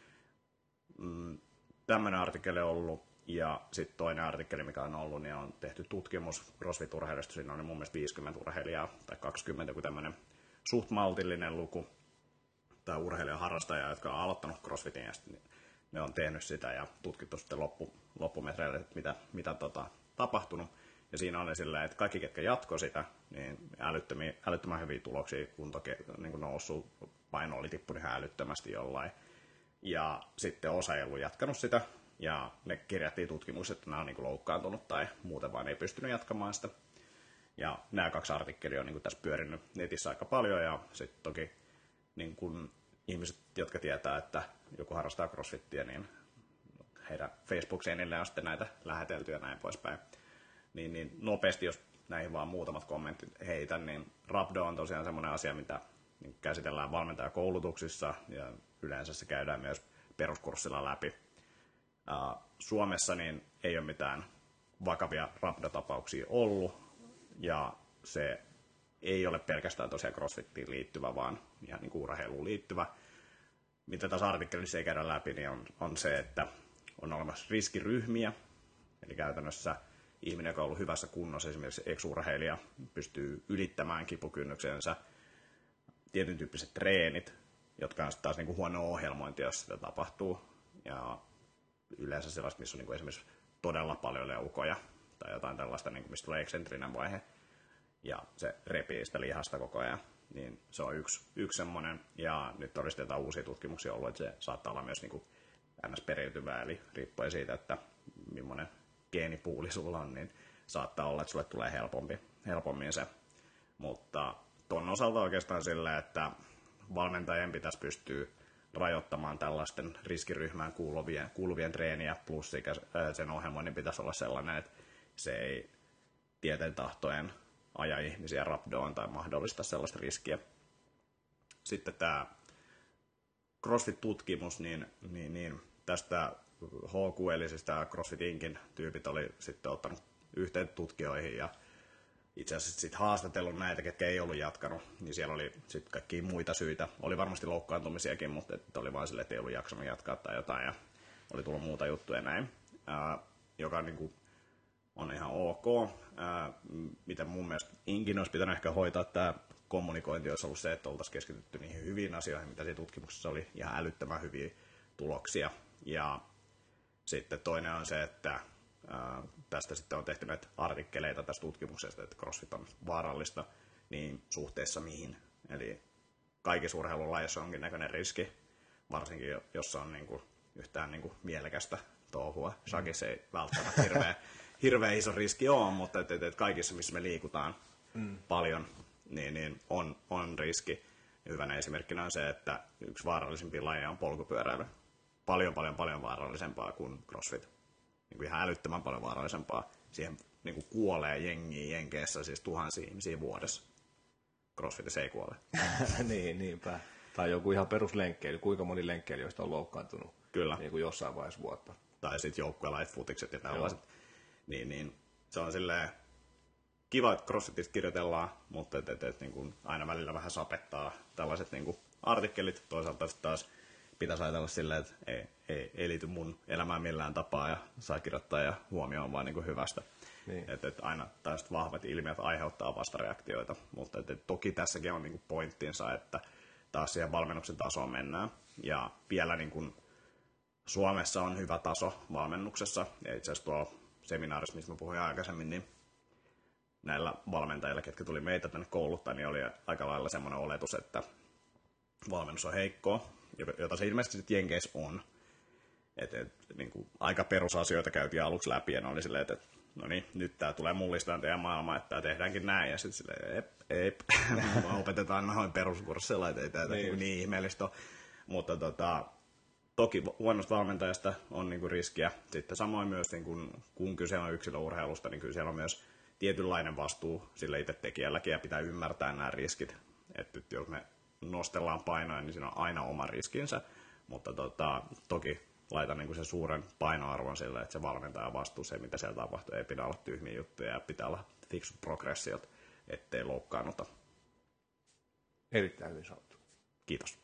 Mm, tämmöinen artikkeli on ollut. Ja sitten toinen artikkeli, mikä on ollut, niin on tehty tutkimus CrossFit-urheilusta. Siinä on mun mielestä viisikymmentä urheilijaa tai kaksikymmentä, joku tämmöinen suht maltillinen luku. Tai urheilijaharrastajaa, jotka on aloittanut CrossFitin ja sitten ne on tehnyt sitä ja tutkittu sitten loppu, loppumetreille, että mitä, mitä tota, tapahtunut. Ja siinä on silleen, että kaikki, ketkä jatkoi sitä, niin älyttömän hyviä tuloksia, kunto niin noussut, paino oli tippunut ihan älyttömästi jollain. Ja sitten osa ei ollut jatkanut sitä. Ja ne kirjattiin tutkimuksessa, että nämä on niin kuin loukkaantunut tai muuten vaan ei pystynyt jatkamaan sitä. Ja nämä kaksi artikkelia on niin kuin tässä pyörinyt netissä aika paljon. Ja sitten toki niin kuin ihmiset, jotka tietää, että joku harrastaa CrossFittiä, niin heidän Facebook-seinille on sitten näitä lähetelty ja näin poispäin. Niin, niin nopeasti, jos näihin vaan muutamat kommentit heitän, niin Rhabdo on tosiaan semmoinen asia, mitä niin käsitellään valmentajakoulutuksissa ja yleensä se käydään myös peruskurssilla läpi. Uh, Suomessa niin ei ole mitään vakavia Rhabdo-tapauksia ollut, ja se ei ole pelkästään tosiaan CrossFittiin liittyvä, vaan ihan niin kuin urheiluun liittyvä. Mitä tässä artikkelissa ei käydä läpi, niin on, on se, että on olemassa riskiryhmiä, eli käytännössä ihminen, joka on ollut hyvässä kunnossa, esimerkiksi ex-urheilija, pystyy ylittämään kipukynnyksensä, tietyn tyyppiset treenit, jotka on taas niin kuin huono ohjelmointi, jos sitä tapahtuu, ja yleensä sellaista, missä on niin kuin esimerkiksi todella paljon leukoja tai jotain tällaista, niin kuin mistä tulee eksentrinen vaihe ja se repii sitä lihasta koko ajan, niin se on yksi, yksi semmoinen. Ja nyt todistetaan uusia tutkimuksia ollut, että se saattaa olla myös niin kuin ns. Periytyvää, eli riippuen siitä, että millainen geenipuuli sulla on, niin saattaa olla, että sulle tulee helpompi, helpommin se Mutta ton osalta oikeastaan sillä, että valmentajien pitäisi pystyä rajoittamaan tällaisten riskiryhmään kuuluvien, kuuluvien treeniä, plus sen ohjelmoinnin pitäisi olla sellainen, että se ei tieten tahtojen aja ihmisiä rapdoon tai mahdollista sellaista riskiä. Sitten tämä CrossFit-tutkimus, niin, niin, niin tästä H Q, eli siis tämä CrossFit Inkin tyypit oli sitten ottanut yhteen tutkijoihin ja itse asiassa sitten haastatellut näitä, ketkä ei ollut jatkanut, niin siellä oli sitten kaikkia muita syitä. Oli varmasti loukkaantumisiakin, mutta että oli vain silleen, että ei ollut jaksanut jatkaa tai jotain, ja oli tullut muuta juttuja näin, ää, joka niin kuin on ihan ok. Ää, miten mun mielestä Inkin olisi pitänyt ehkä hoitaa tämä kommunikointi, olisi ollut se, että oltaisiin keskitytty niihin hyviin asioihin, mitä siinä tutkimuksessa oli, ihan älyttömän hyviä tuloksia. Ja sitten toinen on se, että ää, tästä sitten on tehty näitä artikkeleita tästä tutkimuksesta, että CrossFit on vaarallista, niin suhteessa mihin. Eli kaikissa urheilulajissa onkin näköinen riski, varsinkin jos on niin kuin yhtään niin kuin mielekästä touhua. Shagissa ei välttämättä hirveä, hirveä iso riski ole, mutta et, et, et kaikissa, missä me liikutaan mm. paljon, niin, niin on, on riski. Ja hyvänä esimerkkinä on se, että yksi vaarallisimpia lajeja on polkupyöräily. Paljon, paljon, paljon vaarallisempaa kuin CrossFit. Niin kuin ihan älyttömän paljon vaarallisempaa. Siihen niin kuin kuolee jengiä Jenkeissä, siis tuhansia ihmisiä vuodessa. CrossFitissa ei kuole. niin, niinpä. Tai joku ihan peruslenkkeily. Kuinka moni lenkkeilijöistä on loukkaantunut Kyllä. Niin kuin jossain vaiheessa vuotta. Tai sitten joukkuelait, futikset ja tällaiset. Niin, niin, se on silleen kiva, että CrossFitista kirjoitellaan, mutta et, et, et, niin kuin aina välillä vähän sapettaa tällaiset niin kuin artikkelit. Toisaalta taas pitäisi ajatella silleen, että ei, ei, ei liity mun elämään millään tapaa ja saa kirjoittaa ja huomioon vaan niin kuin hyvästä. Niin. Et, et aina tällaiset vahvat ilmiöt aiheuttaa vastareaktioita, mutta et, et toki tässäkin on niin kuin pointtinsa, että taas siihen valmennuksen tasoon mennään. Ja vielä niin kuin Suomessa on hyvä taso valmennuksessa. Ja itse asiassa tuolla seminaarissa, missä mä puhuin aikaisemmin, niin näillä valmentajilla, ketkä tuli meitä tänne kouluttaa, niin oli aika lailla semmoinen oletus, että valmennus on heikkoa, jota se ilmeisesti sitten Jenkeissä on. Et, et, niin kuin aika perusasioita käytiin aluksi läpi, ja ne oli silleen, että no niin, nyt tää tulee mullistamaan teidän maailmaa, että tää tehdäänkin näin, ja sitten silleen, ep, ep, opetetaan noin peruskursseilla, että ei tää niin, niin ihmeellistä ole. Mutta tota, toki huonosta valmentajasta on niin kuin riskiä. Sitten samoin myös, niin kun, kun kyse on yksilöurheilusta, niin kyllä siellä on myös tietynlainen vastuu sille itse tekijälläkin, ja pitää ymmärtää nämä riskit. Että jos me nostellaan painoja, niin siinä on aina oma riskinsä, mutta tota, toki laitan niin kuin sen suuren painoarvon sille, että se valmentaja vastuu, se mitä siellä tapahtuu, ei pidä olla tyhmiä juttuja ja pitää olla fiksut progressiot, ettei loukkaannuta. Erittäin hyvin sanottu. Kiitos.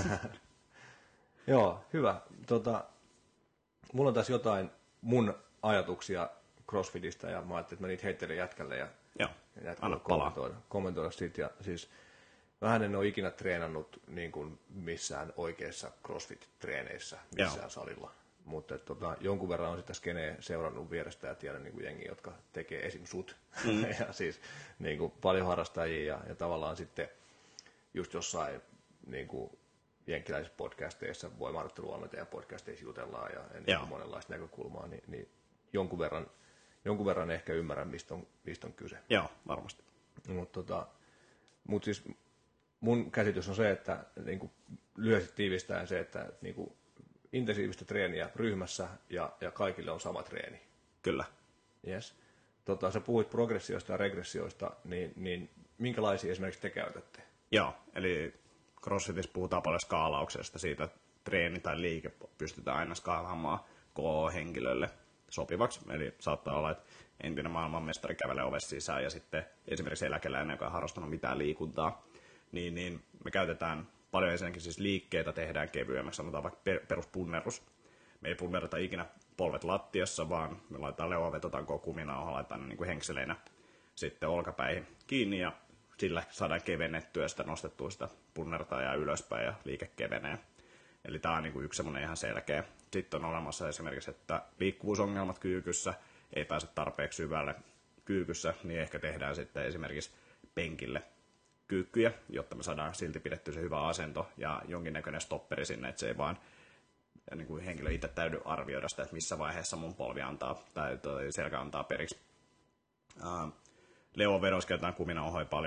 Joo, hyvä. Tota, mulla on tässä jotain mun ajatuksia CrossFitista ja mä ajattelin, että mä niitä heittelen jätkälle ja, Joo, ja anna kommentoida, kommentoida siitä. Ja siis vähän en ole ikinä treenannut niin kuin missään oikeassa CrossFit-treeneissä, missään Joo. salilla. Mutta tota, jonkun verran on sitä skeneä seurannut vierestä ja tiedän niin kuin jengiä, jotka tekee esim. Sut. Mm. ja siis niin kuin paljon harrastajia ja, ja tavallaan sitten just jossain niin kuin jenkkiläisissä podcasteissa, voimaharjoitteluvalmentajan podcasteissa jutellaan ja ennen monenlaista näkökulmaa, niin, niin jonkun, verran, jonkun verran ehkä ymmärrän, mistä on, mistä on kyse. Joo, varmasti. Mutta tota, mut siis mun käsitys on se, että niin kuin lyhyesti tiivistäen se, että niin kuin intensiivistä treeniä ryhmässä ja, ja kaikille on sama treeni. Kyllä. Yes. Tota, sä puhuit progressioista ja regressioista, niin, niin minkälaisia esimerkiksi te käytätte? Joo, eli CrossFitissa puhutaan paljon skaalauksesta, siitä, että treeni tai liike pystytään aina skaalaamaan K-henkilölle sopivaksi. Eli saattaa olla, että entinen maailmanmestari kävelee ovesta sisään ja sitten esimerkiksi eläkeläinen, joka ei harrastanut mitään liikuntaa, niin, niin me käytetään paljon ensinnäkin siis liikkeitä, tehdään kevyemmäksi, sanotaan vaikka peruspunnerus. Me ei punnerata ikinä polvet lattiassa, vaan me laitetaan leuaveto tai kuminauha, laitetaan ne niin kuin henkseleinä sitten olkapäihin kiinni ja sillä saadaan kevennettyä sitä, nostettua sitä punnertaa ja ylöspäin ja liike kevenee. Eli tämä on niin kuin yksi semmoinen ihan selkeä. Sitten on olemassa esimerkiksi, että liikkuvuusongelmat kyykyssä, ei pääse tarpeeksi syvälle kyykyssä, niin ehkä tehdään sitten esimerkiksi penkille kyykkyjä, jotta me saadaan silti pidettyä se hyvä asento ja jonkinnäköinen stopperi sinne, että se ei vaan niin kuin henkilö itse täydy arvioida sitä, että missä vaiheessa mun polvi antaa tai selkä antaa periksi. Uh, Leuanvedossa käytetään kuminauhoja paljon.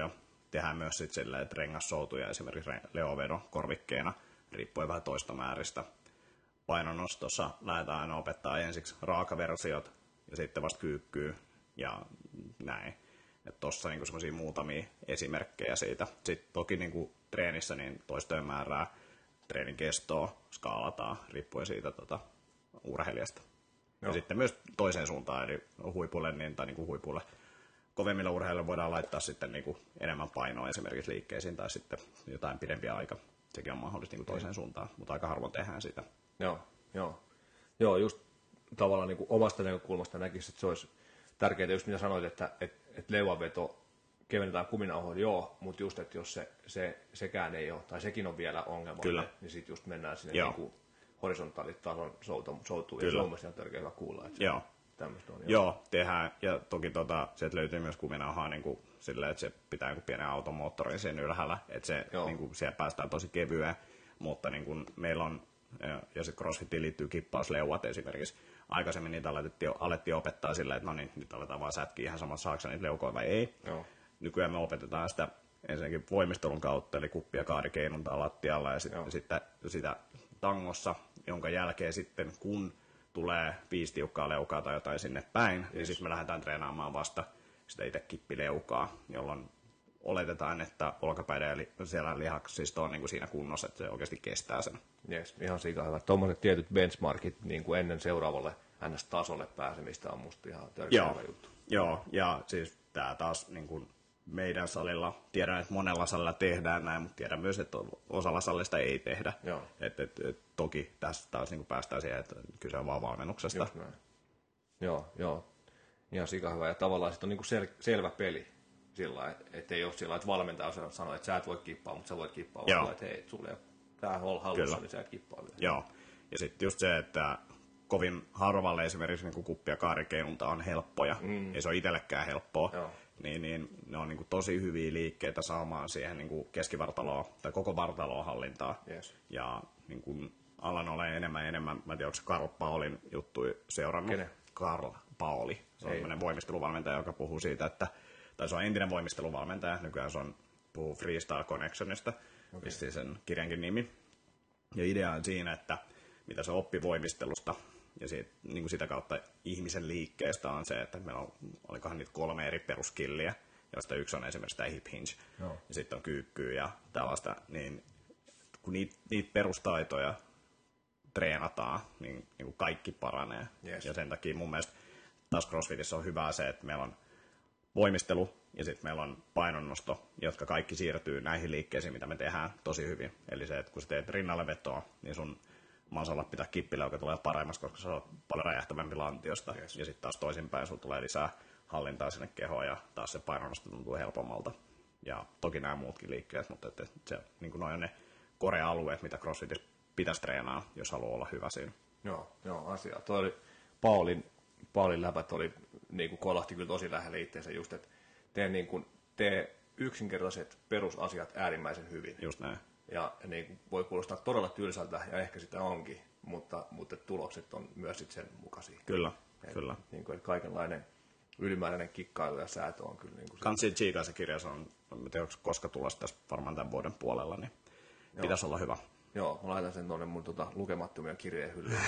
tehdään myös sit silleen, että rengassoutuja esimerkiksi leovedo korvikkeena, riippuen vähän toista määristä. Painonnostossa lähdetään aina opettaa ensiksi raakaversiot ja sitten vasta kyykkyy ja näin. Että tossa niinku semmosia muutamia esimerkkejä siitä. Sitten toki niinku treenissä niin toistojen määrää, treenin kestoa skaalataan riippuen siitä tota, urheilijasta. Joo. Ja sitten myös toiseen suuntaan, eli huipulle, niin, tai niinku huipulle kovemmilla urheilijoilla voidaan laittaa sitten niinku enemmän painoa esimerkiksi liikkeisiin tai sitten jotain pidempiä aika. Sekin on mahdollista niinku toiseen suuntaan, mutta aika harvoin tehdään sitä. Joo, joo. Joo, just tavallaan niinku omasta näkökulmasta näkisi, että se olisi tärkeää, just mitä sanoit, että et, et leuanveto kevennetään kuminauhoilla, joo, mutta just, että jos se, se, sekään ei ole, tai sekin on vielä ongelma, niin sitten just mennään sinne niinku horisontaalitason soutuun, soutuun ja se on mielestäni tärkeää hyvä kuulla, että joo. tämmöistä on. Joo, joo tehdään, ja toki tota, sieltä löytyy myös kuminauhaa niin kuin, silleen, että se pitää niin pienen automoottorin siinä ylhäällä, että se, niin kuin, siellä päästään tosi kevyeen, mutta niin kuin, meillä on, ja, ja sitten CrossFitiin liittyy kippausleuat esimerkiksi. Aikaisemmin niitä alettiin, alettiin opettaa silleen, että no niin, nyt aletaan vaan sätkiä ihan samassa saaksa niitä leukoja vai ei. Joo. Nykyään me opetetaan sitä ensinnäkin voimistelun kautta, eli kuppi ja kaari keinuntaa lattialla ja sit, sitten sitä tangossa, jonka jälkeen sitten kun tulee viisi tiukkaa leukaa tai jotain sinne päin, yes. niin sitten me lähdetään treenaamaan vasta sitä itse kippileukaa, jolloin oletetaan, että olkapäiden ja li- siellä lihaksista on niin kuin siinä kunnossa, että se oikeasti kestää sen. Jes, ihan sika hyvä. Tuommoiset tietyt benchmarkit niin kuin ennen seuraavalle N S-tasolle pääsemistä on musta ihan törkeä hyvä juttu. Joo, ja siis tämä taas niin kuin meidän salilla, tiedän, että monella salilla tehdään näin, mutta tiedän myös, että osalla salista ei tehdä. Et, et, et, toki tässä taas niin kuin päästään siihen, että kyse on vaan valmennuksesta. Joo, joo. Ihan sika hyvä. Ja tavallaan sitten on niin kuin sel- selvä peli sillä että ei ole sillä että valmentaja sanoo, että sä et voi kippaa, mutta sä voit kippaa. Vaan että hei, sulle tää on hallussa, Kyllä. niin sä et kippaa vielä. Joo. Ja sitten just se, että kovin harvalle esimerkiksi niin kuppi- ja kaarikeinunta on helppoja. Mm. Ei se ole itsellekään helppoa. Joo. Niin, niin ne on niin kuin tosi hyviä liikkeitä saamaan siihen niin kuin keskivartaloon tai koko vartaloon hallintaa. Yes. Ja niin kuin alan olen enemmän ja enemmän, mä en tiedä, onko se Karl Paulin juttu seurannut. Kenen? Karl Pauli. Se on sellainen voimisteluvalmentaja, joka puhuu siitä, että, tai se on entinen voimisteluvalmentaja, nykyään se on, puhuu Freestyle Connectionista, okay. Vissiin sen kirjankin nimi. Ja idea on siinä, että mitä se oppi voimistelusta ja siitä, niin kuin sitä kautta ihmisen liikkeestä on se, että meillä on, olikohan niitä kolme eri peruskilliä, joista yksi on esimerkiksi tämä hip hinge, no. ja sitten on kyykkyy ja tällaista, niin kun niitä, niitä perustaitoja treenataan, niin, niin kuin kaikki paranee. Yes. Ja sen takia mun mielestä taas CrossFitissä on hyvää se, että meillä on voimistelu ja sitten meillä on painonnosto, jotka kaikki siirtyy näihin liikkeisiin, mitä me tehdään tosi hyvin. Eli se, että kun sä teet rinnalle vetoa, niin sun mansalla pitää kippillä, joka tulee paremmaksi, koska se on paljon räjähtävämpi lantiosta. Yes. Ja sitten taas toisinpäin sulla tulee lisää hallintaa sinne kehoon ja taas se painonnosto tuntuu helpommalta. Ja toki nämä muutkin liikkeet, mutta että se, niin kuin noi on ne core-alueet, mitä CrossFitissä pitäisi treenaa, jos haluaa olla hyvä siinä. Joo, joo asia. Tuo oli Paulin, Paulin läpät oli, niin kuin kolahti kyllä tosi lähelle itseensä just, että tee, niin kuin, tee yksinkertaiset perusasiat äärimmäisen hyvin. Just näin. Ja niin kuin voi kuulostaa todella tylsältä, ja ehkä sitä onkin, mutta, mutta tulokset on myös sit sen mukaisia. Kyllä, et, kyllä. Niin kuin, että kaikenlainen ylimääräinen kikkailu ja säätö on kyllä... Niin kuin Kansi Chiika se kirja, se on, en tiedä, koska tulossa tässä varmaan tämän vuoden puolella, niin Joo. pitäisi olla hyvä. Joo, mä laitan sen tuonne mun tota, lukemattomia kirjeen hyllyyn.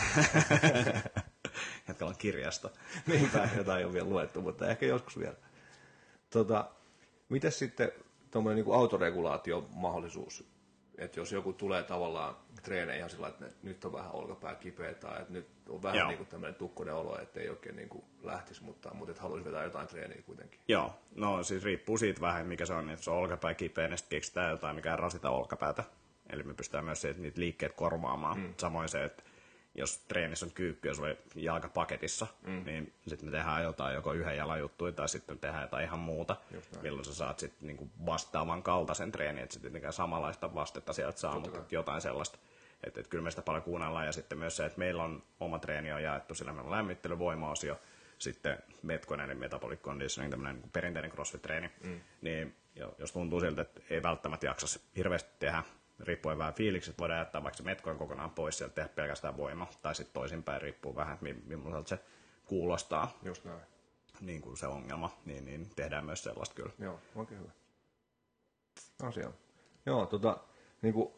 Hetkellä on kirjasta. Niinpä, jotain ei ole vielä luettu, mutta ehkä joskus vielä. Tota, mites sitten tuommoinen niin kuin autoregulaatiomahdollisuus? Että jos joku tulee tavallaan treeneen ihan sillä että nyt on vähän olkapää kipeä tai että nyt on vähän niin kuin tämmöinen tukkoinen olo, että ei oikein niin kuin lähtisi, mutta, mutta että haluaisi vetää jotain treeniä kuitenkin. Joo, no siis riippuu siitä vähän, mikä se on. Että se on olkapää kipeä, niin sitten keksitään jotain, mikä ei rasita olkapäätä. Eli me pystytään myös se, niitä liikkeet korvaamaan. Mm. Samoin se, että jos treenissä on kyykky ja sulla on jalka paketissa, mm. niin sitten me tehdään jotain joko yhden jalan juttuja tai sitten tehdään jotain ihan muuta, milloin sä saat sitten niinku vastaavan kaltaisen treenin, että sitten tietenkään samanlaista vastetta sieltä saa, mutta jotain sellaista. Että et kyllä me sitä paljon kuunnellaan ja sitten myös se, että meillä on oma treeni on jaettu, sillä meillä on lämmittelyvoima-osio, sitten Metcon eli metabolic conditioning, tämmöinen niin perinteinen crossfit-treeni, mm. niin jos tuntuu siltä, että ei välttämättä jaksa hirveästi tehdä, riippuen vähän fiilikset, voidaan jättää vaikka se Metcon kokonaan pois sieltä, tehdä pelkästään voima, tai sitten toisinpäin, riippuu vähän, millaiselta se kuulostaa. Just näin. Niin kuin se ongelma, niin, niin tehdään myös sellaista kyllä. Joo, oikein hyvä. Asia. Joo, tota, niinku,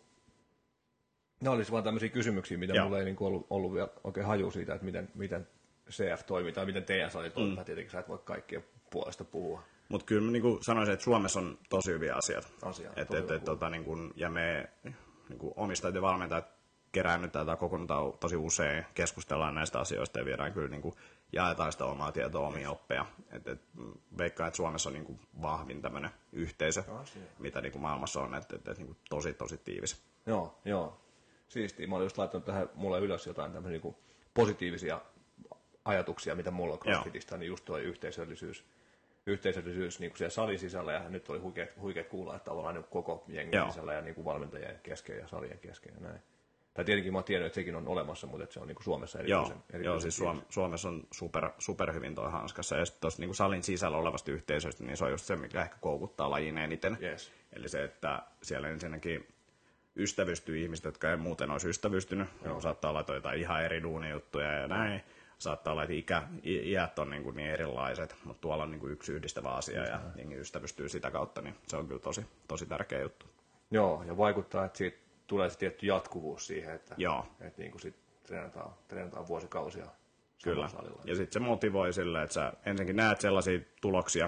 nämä olisi vaan tämmöisiä kysymyksiä, mitä Joo. mulla ei niinku ollut, ollut vielä oikein haju siitä, että miten, miten C F toimii tai miten teidän sali toimii. Mm. Tietenkin sä et voi kaikkien puolesta puhua. Mutta kyllä mä niin sanoisin, että Suomessa on tosi hyviä asioita. Asia, et, et, et, tota, niin kun, ja me niin kun omistajat ja valmentajat keräännytään tai kokoonnutaan tosi usein, keskustellaan näistä asioista ja viedään kyllä niin kun, jaetaan sitä omaa tietoa, omia oppeja. Et, et, veikkaan, että Suomessa on niin kun, vahvin tämmöinen yhteisö, Asia. mitä niin kun maailmassa on, että et, et, niin tosi tosi tiivis. Joo, joo. Siistiä. Mä olin just laittanut tähän mulle ylös jotain tämmöisiä niin positiivisia ajatuksia, mitä mulla on CrossFitista, niin just tuo yhteisöllisyys. Yhteisöllisyys niin kuin siellä salin sisällä, ja nyt oli huikeat, huikeat kuulla, että tavallaan niin koko jengin Joo. sisällä ja niin kuin valmentajien kesken ja salien kesken ja näin. Tai tietenkin mä oon tiennyt, että sekin on olemassa, mutta että se on niin kuin Suomessa erityisen. Joo, erityisen Joo siis Suom- Suomessa on super, super hyvin toi hanskassa, ja sitten tuossa niin salin sisällä olevasta yhteisöstä, niin se on just se, mikä ehkä koukuttaa lajiin eniten. Yes. Eli se, että siellä ensinnäkin ystävystyy ihmiset, jotka ei muuten olisi ystävystynyt. Joo. Saattaa olla jotain ihan eri duunijuttuja ja näin. Saattaa olla, että ikä, iät on niin, niin erilaiset, mutta tuolla on niin yksi yhdistävä asia ja jengi ystävystyy sitä kautta, niin se on kyllä tosi, tosi tärkeä juttu. Joo, ja vaikuttaa, että siitä tulee se tietty jatkuvuus siihen, että, että niin kuin sit treenataan, treenataan vuosikausia. Kyllä, salilla. Ja sitten se motivoi sille, että sä ensinnäkin näet sellaisia tuloksia,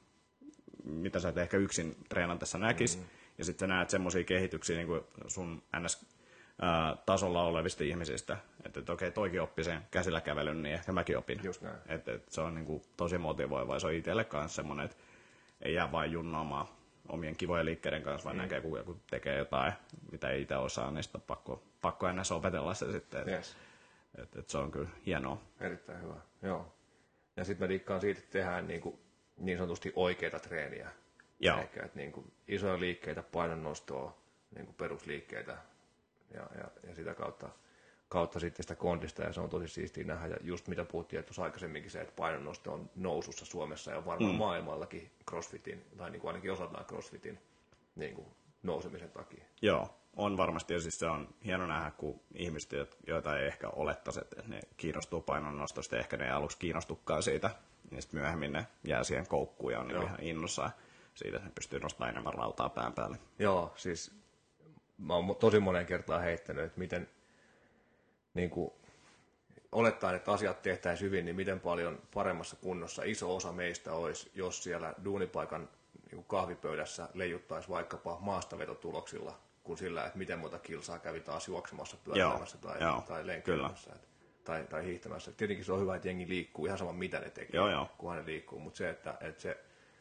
mitä sä et ehkä yksin treenatessa näkis, mm-hmm. ja sitten sä näet semmoisia kehityksiä niin kuin sun ns. Tasolla olevista ihmisistä, että et, okei, toikin oppi sen käsillä kävelyn, niin ehkä mäkin opin. Just näin. Et, et, se on niinku tosi motivoivaa, se on itselle kanssa semmoinen, että ei jää vain junnaamaan omien kivojen liikkeiden kanssa, vaan mm. näkee, kun joku tekee jotain, mitä ei itse osaa, niin sitten on pakko, pakko ennäs opetella se sitten. Et, yes. et, et se on kyllä hienoa. Erittäin hyvä, joo. Ja sitten mä diikkaan siitä, että tehdään niin, kuin, niin sanotusti oikeita treeniä. Joo. Eikä, että niin kuin isoja liikkeitä, painonnostoa, niin kuin perusliikkeitä, Ja, ja, ja sitä kautta, kautta sitten sitä kondista, ja se on tosi siistiä nähdä. Ja just mitä puhuttiin, että tuossa aikaisemminkin se, että painonnosto on nousussa Suomessa ja varmaan mm. maailmallakin CrossFitin, tai niin kuin ainakin osataan CrossFitin niin kuin nousemisen takia. Joo, on varmasti, ja siis se on hieno nähdä, kun ihmiset, joita ei ehkä olettaisi, että ne kiinnostuu painonnostosta, ja ehkä ne ei aluksi kiinnostukaan siitä, niin sitten myöhemmin ne jää siihen koukkuun ja on niin ihan innossaan siitä, että ne pystyy nostamaan enemmän rautaa pään päälle. Joo, siis mä oon tosi monen kertaan heittänyt, että miten niin kuin, olettaen, että asiat tehtäisiin hyvin, niin miten paljon paremmassa kunnossa iso osa meistä olisi, jos siellä duunipaikan niin kuin kahvipöydässä leijuttaisi vaikkapa maastavetotuloksilla, kuin sillä, että miten monta kilsaa kävi taas juoksemassa, pyöräilemässä tai, tai lenkkeilemässä tai, tai hiihtämässä. Tietenkin se on hyvä, että jengi liikkuu ihan sama mitä ne tekee, joo, joo. kunhan ne liikkuu, mutta se, että, että se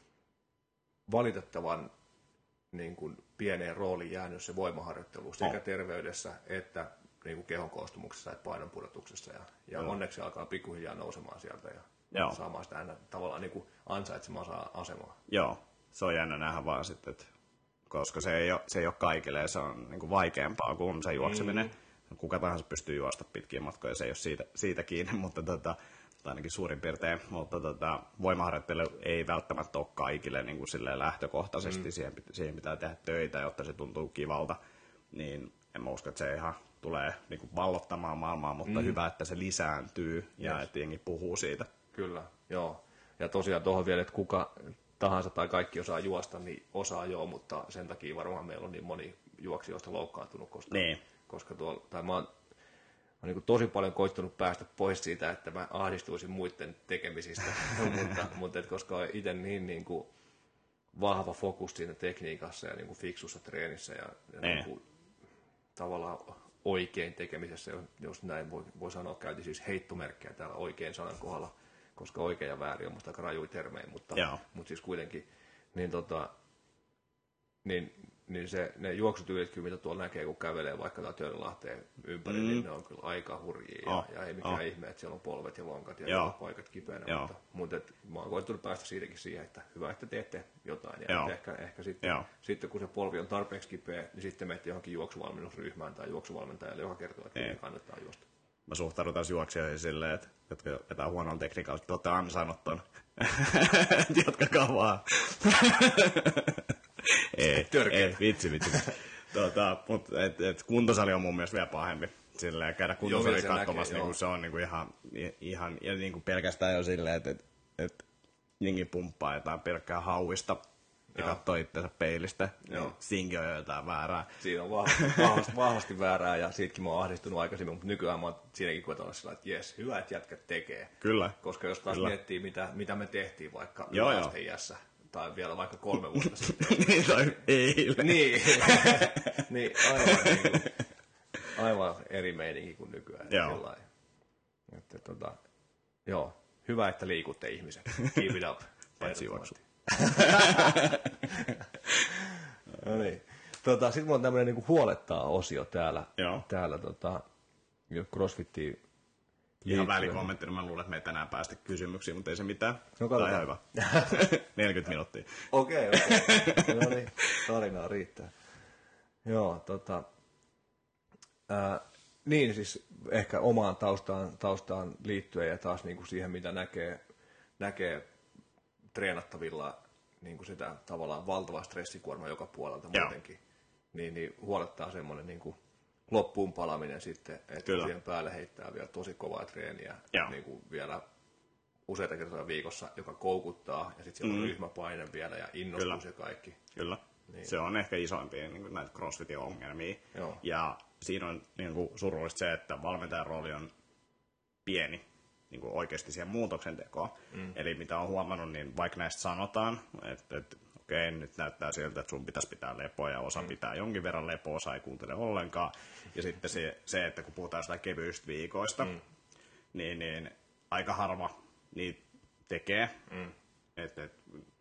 valitettavan niin kuin pieneen rooliin jäänyt se voimaharjoittelu sekä oh. terveydessä että niin kuin kehon koostumuksessa että painonpudotuksessa. Ja, ja onneksi alkaa pikkuhiljaa nousemaan sieltä ja Joo. saamaan sitä aina tavallaan niin kuin ansaitsemaan asemaa. Joo, se on jännä nähdä vaan sitten, että koska se ei ole, se ei ole kaikille ja se on niin kuin vaikeampaa kuin se juokseminen. Mm. Kuka tahansa pystyy juosta pitkiä matkoja, se ei ole siitä, siitä kiinni, mutta tota, ainakin suurin piirtein, mutta tota, voimaharjoittelu ei välttämättä ole kaikille niin kuin silleen lähtökohtaisesti, mm. siihen, siihen pitää tehdä töitä, jotta se tuntuu kivalta, niin en mä usko, että se ihan tulee niin kuin vallottamaan maailmaa, mutta mm. hyvä, että se lisääntyy ja yes. että jengi puhuu siitä. Kyllä, joo. Ja tosiaan tuohon vielä, että kuka tahansa tai kaikki osaa juosta, niin osaa joo, mutta sen takia varmaan meillä on niin moni juoksijoista loukkaantunut, koska, niin. koska tuolla, tai mä oon Olen niin tosi paljon koittanut päästä pois siitä, että mä ahdistuisin muiden tekemisistä, mutta, mutta et koska olen itse niin, niin kuin vahva fokus siinä tekniikassa ja niin kuin fiksussa treenissä ja, ja niin kuin tavallaan oikein tekemisessä, jos näin voi, voi sanoa, käytin siis heittomerkkejä täällä oikein sanan kohdalla, koska oikein ja väärin on musta aika rajuja termejä, mutta, mutta siis kuitenkin, niin, tota, niin niin se, ne juoksutyylit, kyllä, mitä tuolla näkee, kun kävelee vaikka täällä Töölönlahteen ympäri, mm. niin ne on kyllä aika hurjia. Oh. Ja, ja ei mikään oh. ihme, että siellä on polvet ja lonkat ja Joo. paikat kipeänä. Joo. Mutta, mutta et, mä oon koettanut päästä siitäkin siihen, että hyvä, että teette jotain. Ja ehkä, ehkä sitten, sitten, kun se polvi on tarpeeksi kipeä, niin sitten menette johonkin juoksuvalmennusryhmään tai juoksuvalmentajalle, joka kertoo, että ei. kannattaa juosta. Mä suhtaudun taas juoksijoihin silleen, että jotka vetää huonolla tekniikalla, että olette ansainnut ton. Jatkakaa vaan. Ei, ei, vitsi, vitsi. Tuota, mutta et, et kuntosali on mun mielestä vielä pahempi. Silleen, käydä kuntosali katsomassa, niin se on niinku ihan, ihan ja niinku pelkästään jo silleen, että et, et jengi pumppaa jotain pelkkää hauista ja katsoo itseänsä peilistä. Niin siinkin on jotain väärää. Siinä on vahvasti, vahvasti, vahvasti väärää ja siitäkin mä oon ahdistunut aikaisemmin, mutta nykyään mä oon siinäkin koetan olla sillä, että jes, hyvä, että jätkät tekee. Kyllä. Koska jos taas Kyllä. miettii, mitä, mitä me tehtiin vaikka yläasteiässä, tai vielä vaikka kolme vuotta sitten. niin, tai eilen. niin, niin aivan, niin kuin, aivan eri meininki kuin nykyään. Joo. Että, tota, joo, hyvä, että liikutte ihmiset. Keep it up. Paitsi juoksu. No niin. Tota, sitten mulla on tämmöinen niinku huolettaa osio täällä. Joo. Täällä tota, CrossFittiin. Ihan välikommentti, mä luulen, että me ei tänään päästä kysymyksiin, mutta ei se mitään. No Tämä on ihan hyvä. neljäkymmentä minuuttia. Okei, okay, okei. Okay. No niin, tarinaa riittää. Joo, tota... Ää, niin siis ehkä omaan taustaan, taustaan liittyen ja taas niinku siihen, mitä näkee, näkee treenattavilla niin kuin sitä tavallaan valtava stressikuorma joka puolelta Joo. muutenkin, niin, niin huolettaa semmoinen niin kuin loppuun palaminen sitten, että Kyllä. siihen päälle heittää vielä tosi kovaa treeniä, niin kuin vielä useita kertoja viikossa, joka koukuttaa, ja sitten siellä mm. on ryhmäpaine vielä ja innostus Kyllä. ja kaikki. Kyllä, niin. Se on ehkä isoimpia niin kuin näitä CrossFitin ongelmia, Joo. ja siinä on niin kuin surullista se, että valmentajan rooli on pieni, niin kuin oikeasti siihen muutoksen tekoon. Mm. Eli mitä on huomannut, niin vaikka näistä sanotaan, että, että okei, nyt näyttää siltä, että sun pitäisi pitää lepoa ja osa mm. pitää jonkin verran lepoa, osa ei kuuntele ollenkaan. Ja sitten se, se että kun puhutaan sitä kevyistä viikoista, mm. niin, niin aika harva niitä tekee. Mm. Et, et,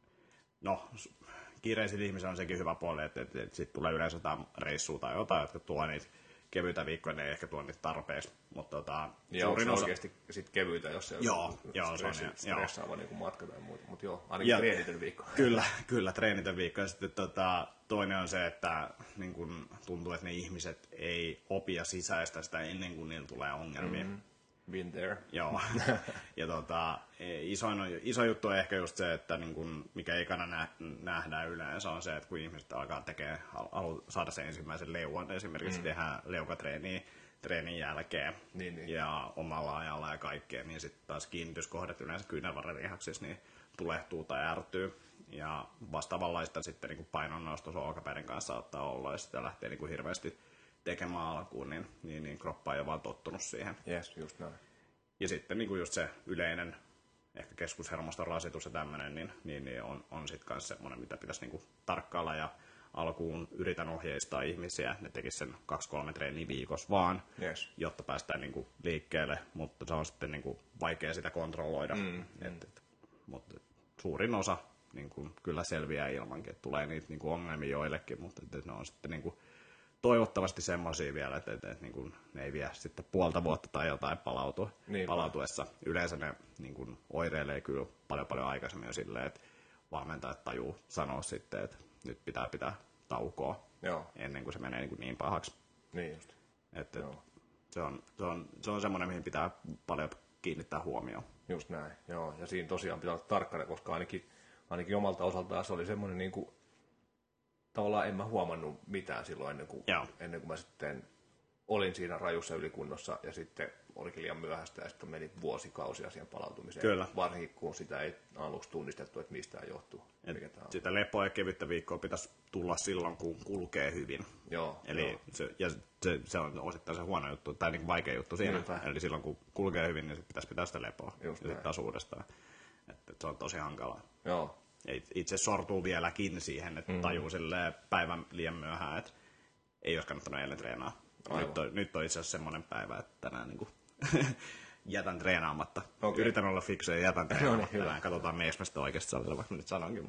no, kiireisillä ihmisillä on sekin hyvä puoli, että et, et sitten tulee yleensä jotain reissua tai jotain, jotka tuo niitä kevyitä viikkoja, ne ei ehkä tuo niitä tarpeeksi, mutta tota, joo, suurin osa... oikeasti sit kevyitä, jos se joo, on joo, stressi, stressaava niin matka tai muuta, mutta joo, ainakin ja, treenitön viikko. Kyllä, kyllä, treenitön viikko. Ja sitten tota, toinen on se, että niin kun tuntuu, että ne ihmiset ei opi ja sisäistä sitä ennen kuin niillä tulee ongelmia. Mm-hmm. Been there. Joo. Ja tota, isoin, iso juttu on ehkä just se, että niin kun, mikä ekana nä, nähdään yleensä on se, että kun ihmiset alkaa tekemään, haluaa saada sen ensimmäisen leuan, esimerkiksi mm. tehdään leukatreeniä treenin jälkeen niin, niin. ja omalla ajalla ja kaikkea, niin sitten taas kiinnityskohdat yleensä kyynärvarren lihaksissa niin tulehtuu tai ärtyy. Ja vastaavanlaista sitten niin painonnostos olkapäiden kanssa saattaa olla, ja sitten lähtee niin kuin hirveästi tekemään alkuun, niin, niin, niin kroppa ei ole vaan tottunut siihen. Yes, just näin. Ja sitten niin kuin just se yleinen ehkä keskushermoston rasitus ja tämmöinen, niin, niin, niin on, on sitten myös semmoinen, mitä pitäisi niin kuin tarkkailla. Ja alkuun yritän ohjeistaa ihmisiä, ne tekisivät sen kaksi kolme treeniä viikossa vaan, yes. jotta päästään niin kuin liikkeelle, mutta se on sitten niin kuin vaikea sitä kontrolloida. Mm, et, et, mutta suurin osa niin kuin kyllä selviää ilmankin, että tulee niitä niin kuin ongelmia joillekin, mutta et, ne on sitten niin kuin toivottavasti semmoisia vielä, että, että, että niin kuin, ne ei vie sitten puolta vuotta tai jotain palautua, niin palautuessa. Yleensä ne niin kuin, oireilee kyllä paljon paljon aikaisemmin jo silleen, että valmentajat tajuu sanoa sitten, että nyt pitää pitää taukoa Joo. ennen kuin se menee niin, kuin niin pahaksi. Niin just. Että, että se, on, se, on, se on semmoinen, mihin pitää paljon kiinnittää huomioon. Just näin, joo. Ja siinä tosiaan pitää olla tarkkana, koska ainakin, ainakin omalta osaltaan se oli semmoinen niin kuin tavallaan en mä huomannut mitään silloin ennen kuin, ennen kuin mä sitten olin siinä rajussa ylikunnossa ja sitten olikin liian myöhäistä ja sitten meni vuosikausia siihen palautumiseen. Kyllä. Varsinkin kun sitä ei aluksi tunnistettu, että mistä tämä johtuu. Sitä lepoa ja kevyttä viikkoa pitäisi tulla silloin, kun kulkee hyvin. Joo, Eli joo. Se, ja se, se on osittain se huono juttu, tai niin vaikea juttu siinä. Niinpä. Eli silloin, kun kulkee hyvin, niin pitäisi pitää sitä lepoa. Just ja sitten taas uudestaan. Että, että se on tosi hankalaa. Joo. Itse sortuu vieläkin siihen, että mm. tajuu päivän liian myöhään, että ei olisi kannattanut eilen treenaa. Nyt on, nyt on itse asiassa semmoinen päivä, että tänään niin kuin jätän treenaamatta. Okay. Yritän olla fiksu ja jätän treenaamatta. No niin, katsotaan, meneekö mä sitä oikeasti salilla, vaikka nyt sanonkin.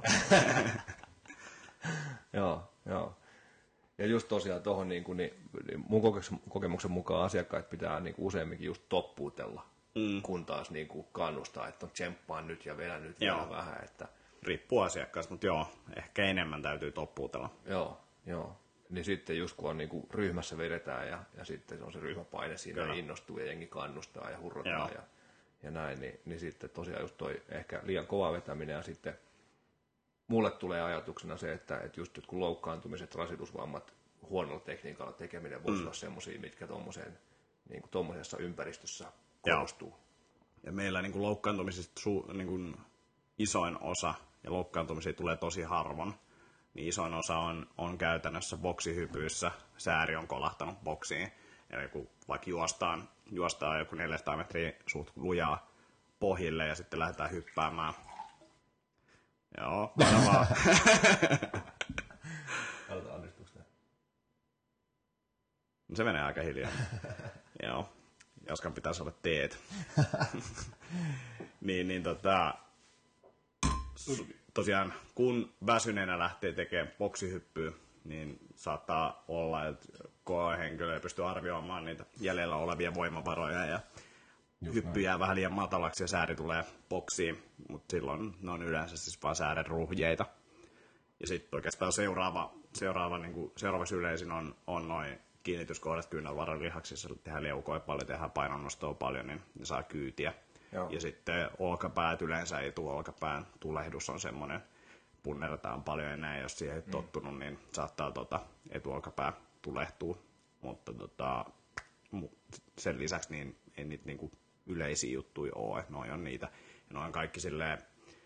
Joo, joo. Ja just tosiaan tuohon, niin kuin, niin, mun kokemuksen mukaan asiakkaat pitää niin kuin useamminkin just toppuutella, mm. kun taas niin kuin kannustaa, että on tsemppaan nyt ja vedä nyt vielä vähän. Että riippuu asiakkaasta, mutta joo, ehkä enemmän täytyy toppuutella. Joo, joo. Niin sitten just kun on niin kuin ryhmässä vedetään ja, ja sitten on se ryhmäpaine siinä Kyllä. innostuu ja jengi kannustaa ja hurrataan ja, ja näin, niin, niin sitten tosiaan just toi ehkä liian kova vetäminen ja sitten mulle tulee ajatuksena se, että, että just kun loukkaantumiset, rasitusvammat, huonolla tekniikalla tekeminen voisi mm. olla semmoisia, mitkä tommoseen, niin kuin tommosessa ympäristössä korostuu. Joo. Ja meillä niin kuin loukkaantumisista su, niin kuin isoin osa ja loukkaantumisia tulee tosi harvoin. niin isoin osa on, on käytännössä boksihypyissä. Sääri on kolahtanut boksiin. Eli kun vaikka juostaan, juostaan joku neljäsataa metriä suht lujaa pohjille ja sitten lähdetään hyppäämään. Joo, aina vaan. Aloita onnistuuko tämä? Se menee aika hiljaa. Joo, Jaskan pitäisi olla teet. niin, niin tota... Tosiaan, kun väsyneenä lähtee tekemään boksihyppyä, niin saattaa olla, että koehenkilö ei pysty arvioimaan niitä jäljellä olevia voimavaroja ja Just hyppy jää vähän liian matalaksi ja sääri tulee boksiin, mutta silloin ne on yleensä siis vaan säären ruhjeita. Ja sitten oikeastaan seuraava, seuraava, niin kuin, seuraavaksi yleisin on, on noin kiinnityskohdat kyynärvarren lihaksissa, tehdään leukoja paljon, tehdään painonnostoa paljon, niin ne saa kyytiä. Joo. Ja sitten olkapäät yleensä etuolkapään tulehdus on semmoinen, punnerretaan paljon ja näin, jos siihen ei mm. tottunut, niin saattaa tota, etuolkapää tulehtua. Mutta tota, sen lisäksi niin ei niitä niinku yleisiä juttuja ole, noi on niitä. Ja ne on kaikki silleen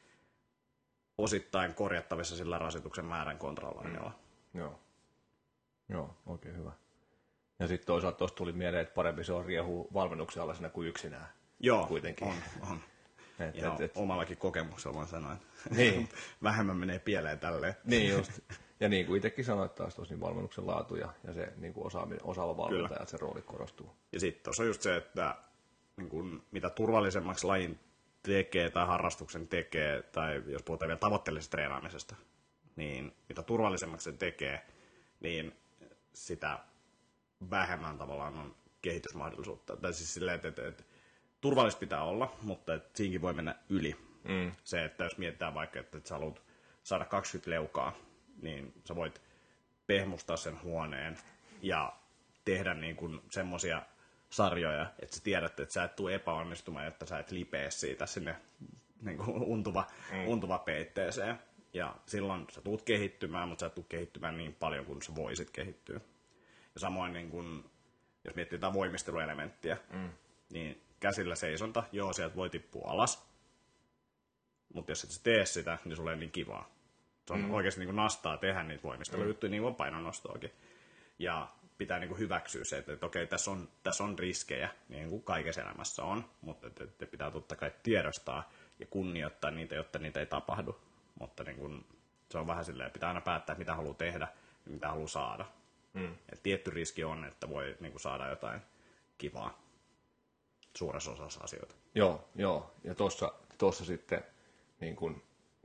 osittain korjattavissa sillä rasituksen määrän kontrolloinnilla. Mm. Joo. Joo, oikein hyvä. Ja sitten toisaalta tuosta tuli mieleen, että parempi se on riehua valmennuksen alaisena kuin yksinään. Joo, kuitenkin. on. on. Et, ja et, et. Omallakin kokemuksella voin sanoa, että niin. vähemmän menee pieleen tälleen. Niin just. Ja niin kuin itsekin sanoit taas tuossa, niin valmennuksen laatu ja, ja se niin kuin osaaminen, osaava valmentaja, että se rooli korostuu. Ja sitten tuossa on just se, että niin kun, mitä turvallisemmaksi lajin tekee tai harrastuksen tekee, tai jos puhutaan vielä tavoitteellisesta treenaamisesta, niin mitä turvallisemmaksi se tekee, niin sitä vähemmän tavallaan on kehitysmahdollisuutta. Tai siis silleen, että, että, että turvallista pitää olla, mutta että siinkin voi mennä yli. Mm. Se, että jos mietitään vaikka, että, että sä haluat saada kaksikymmentä leukaa, niin sä voit pehmustaa sen huoneen ja tehdä niin kuin semmoisia sarjoja, että sä tiedät, että sä et tule epäonnistumaan, että sä et lipeä siitä sinne niin kuin untuva, mm. untuva peitteeseen. Ja silloin sä tulet kehittymään, mutta sä et tule kehittymään niin paljon kuin sä voisit kehittyä. Ja samoin niin kuin, jos miettii jotain voimisteluelementtiä, mm. niin käsillä seisonta, joo, sieltä voi tippua alas, mutta jos et sä tee sitä, niin sulle ei niin kivaa. Se on mm. oikeasti niin kuin nastaa tehdä niitä voimistelujuttuja, mm. niin kuin painonnostoakin. Ja pitää niin kuin hyväksyä se, että, että okei, tässä on, tässä on riskejä, niin kuin kaikessa elämässä on, mutta että, että pitää totta kai tiedostaa ja kunnioittaa niitä, jotta niitä ei tapahdu. Mutta niin kuin, se on vähän silleen, pitää aina päättää, mitä haluaa tehdä ja mitä haluaa saada. Mm. Et tietty riski on, että voi niin kuin, saada jotain kivaa suuressa osassa asioita. Joo, joo. Ja tuossa, tuossa sitten niin kuin,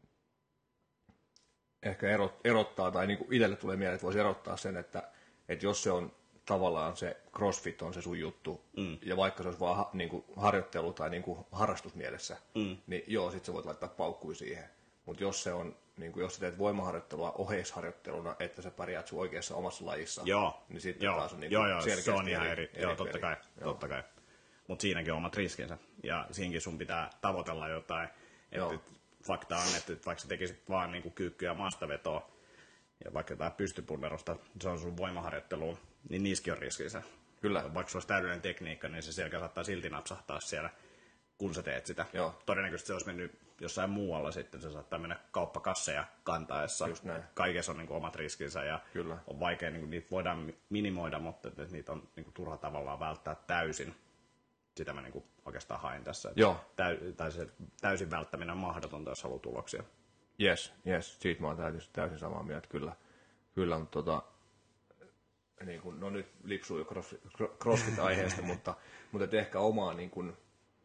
ehkä erot, erottaa, tai niin kuin itselle tulee mieleen, että voisi erottaa sen, että, että jos se on tavallaan se CrossFit on se sun juttu, mm. ja vaikka se olisi vaan ha, niin kuin harjoittelu tai niin kuin harrastusmielessä, mm. niin joo, sit sä voit laittaa paukkuja siihen. Mutta jos se on, niin kuin jos sä teet voimaharjoittelua oheisharjoitteluna, että sä pärjäät sun oikeassa omassa lajissa, joo. niin sitten joo. taas on niin joo, joo, selkeästi se on ihan eri, eri, eri joo, totta kai, totta kai. Mutta siinäkin on omat riskinsä, ja siinäkin sun pitää tavoitella jotain. Että fakta on, että vaikka sä tekisit vaan niinku kyykkyä ja maastavetoa, ja vaikka jotain pystypunnerusta, se on sun voimaharjoitteluun, niin niissäkin on riskinsä. Kyllä. Vaikka sulla olisi täydellinen tekniikka, niin se selkä saattaa silti napsahtaa siellä, kun sä teet sitä. Joo. Todennäköisesti se olisi mennyt jossain muualla sitten, se saattaa mennä kauppakasseja kantaessa. Kaikessa on niin kuin omat riskinsä ja Kyllä. on vaikea, niin kuin, niitä voidaan minimoida, mutta että niitä on niin kuin, turha tavallaan välttää täysin. Sitä mä niin kuin, oikeastaan hain tässä. Joo. Täy, tai se täysin välttäminen on mahdotonta, jos haluaa tuloksia. Yes, yes. Siitä mä oon täysin, täysin samaa mieltä, kyllä. Kyllä, mutta tota, niin kuin, no nyt lipsuu jo CrossFit-aiheesta, mutta, mutta ehkä omaa niin kuin,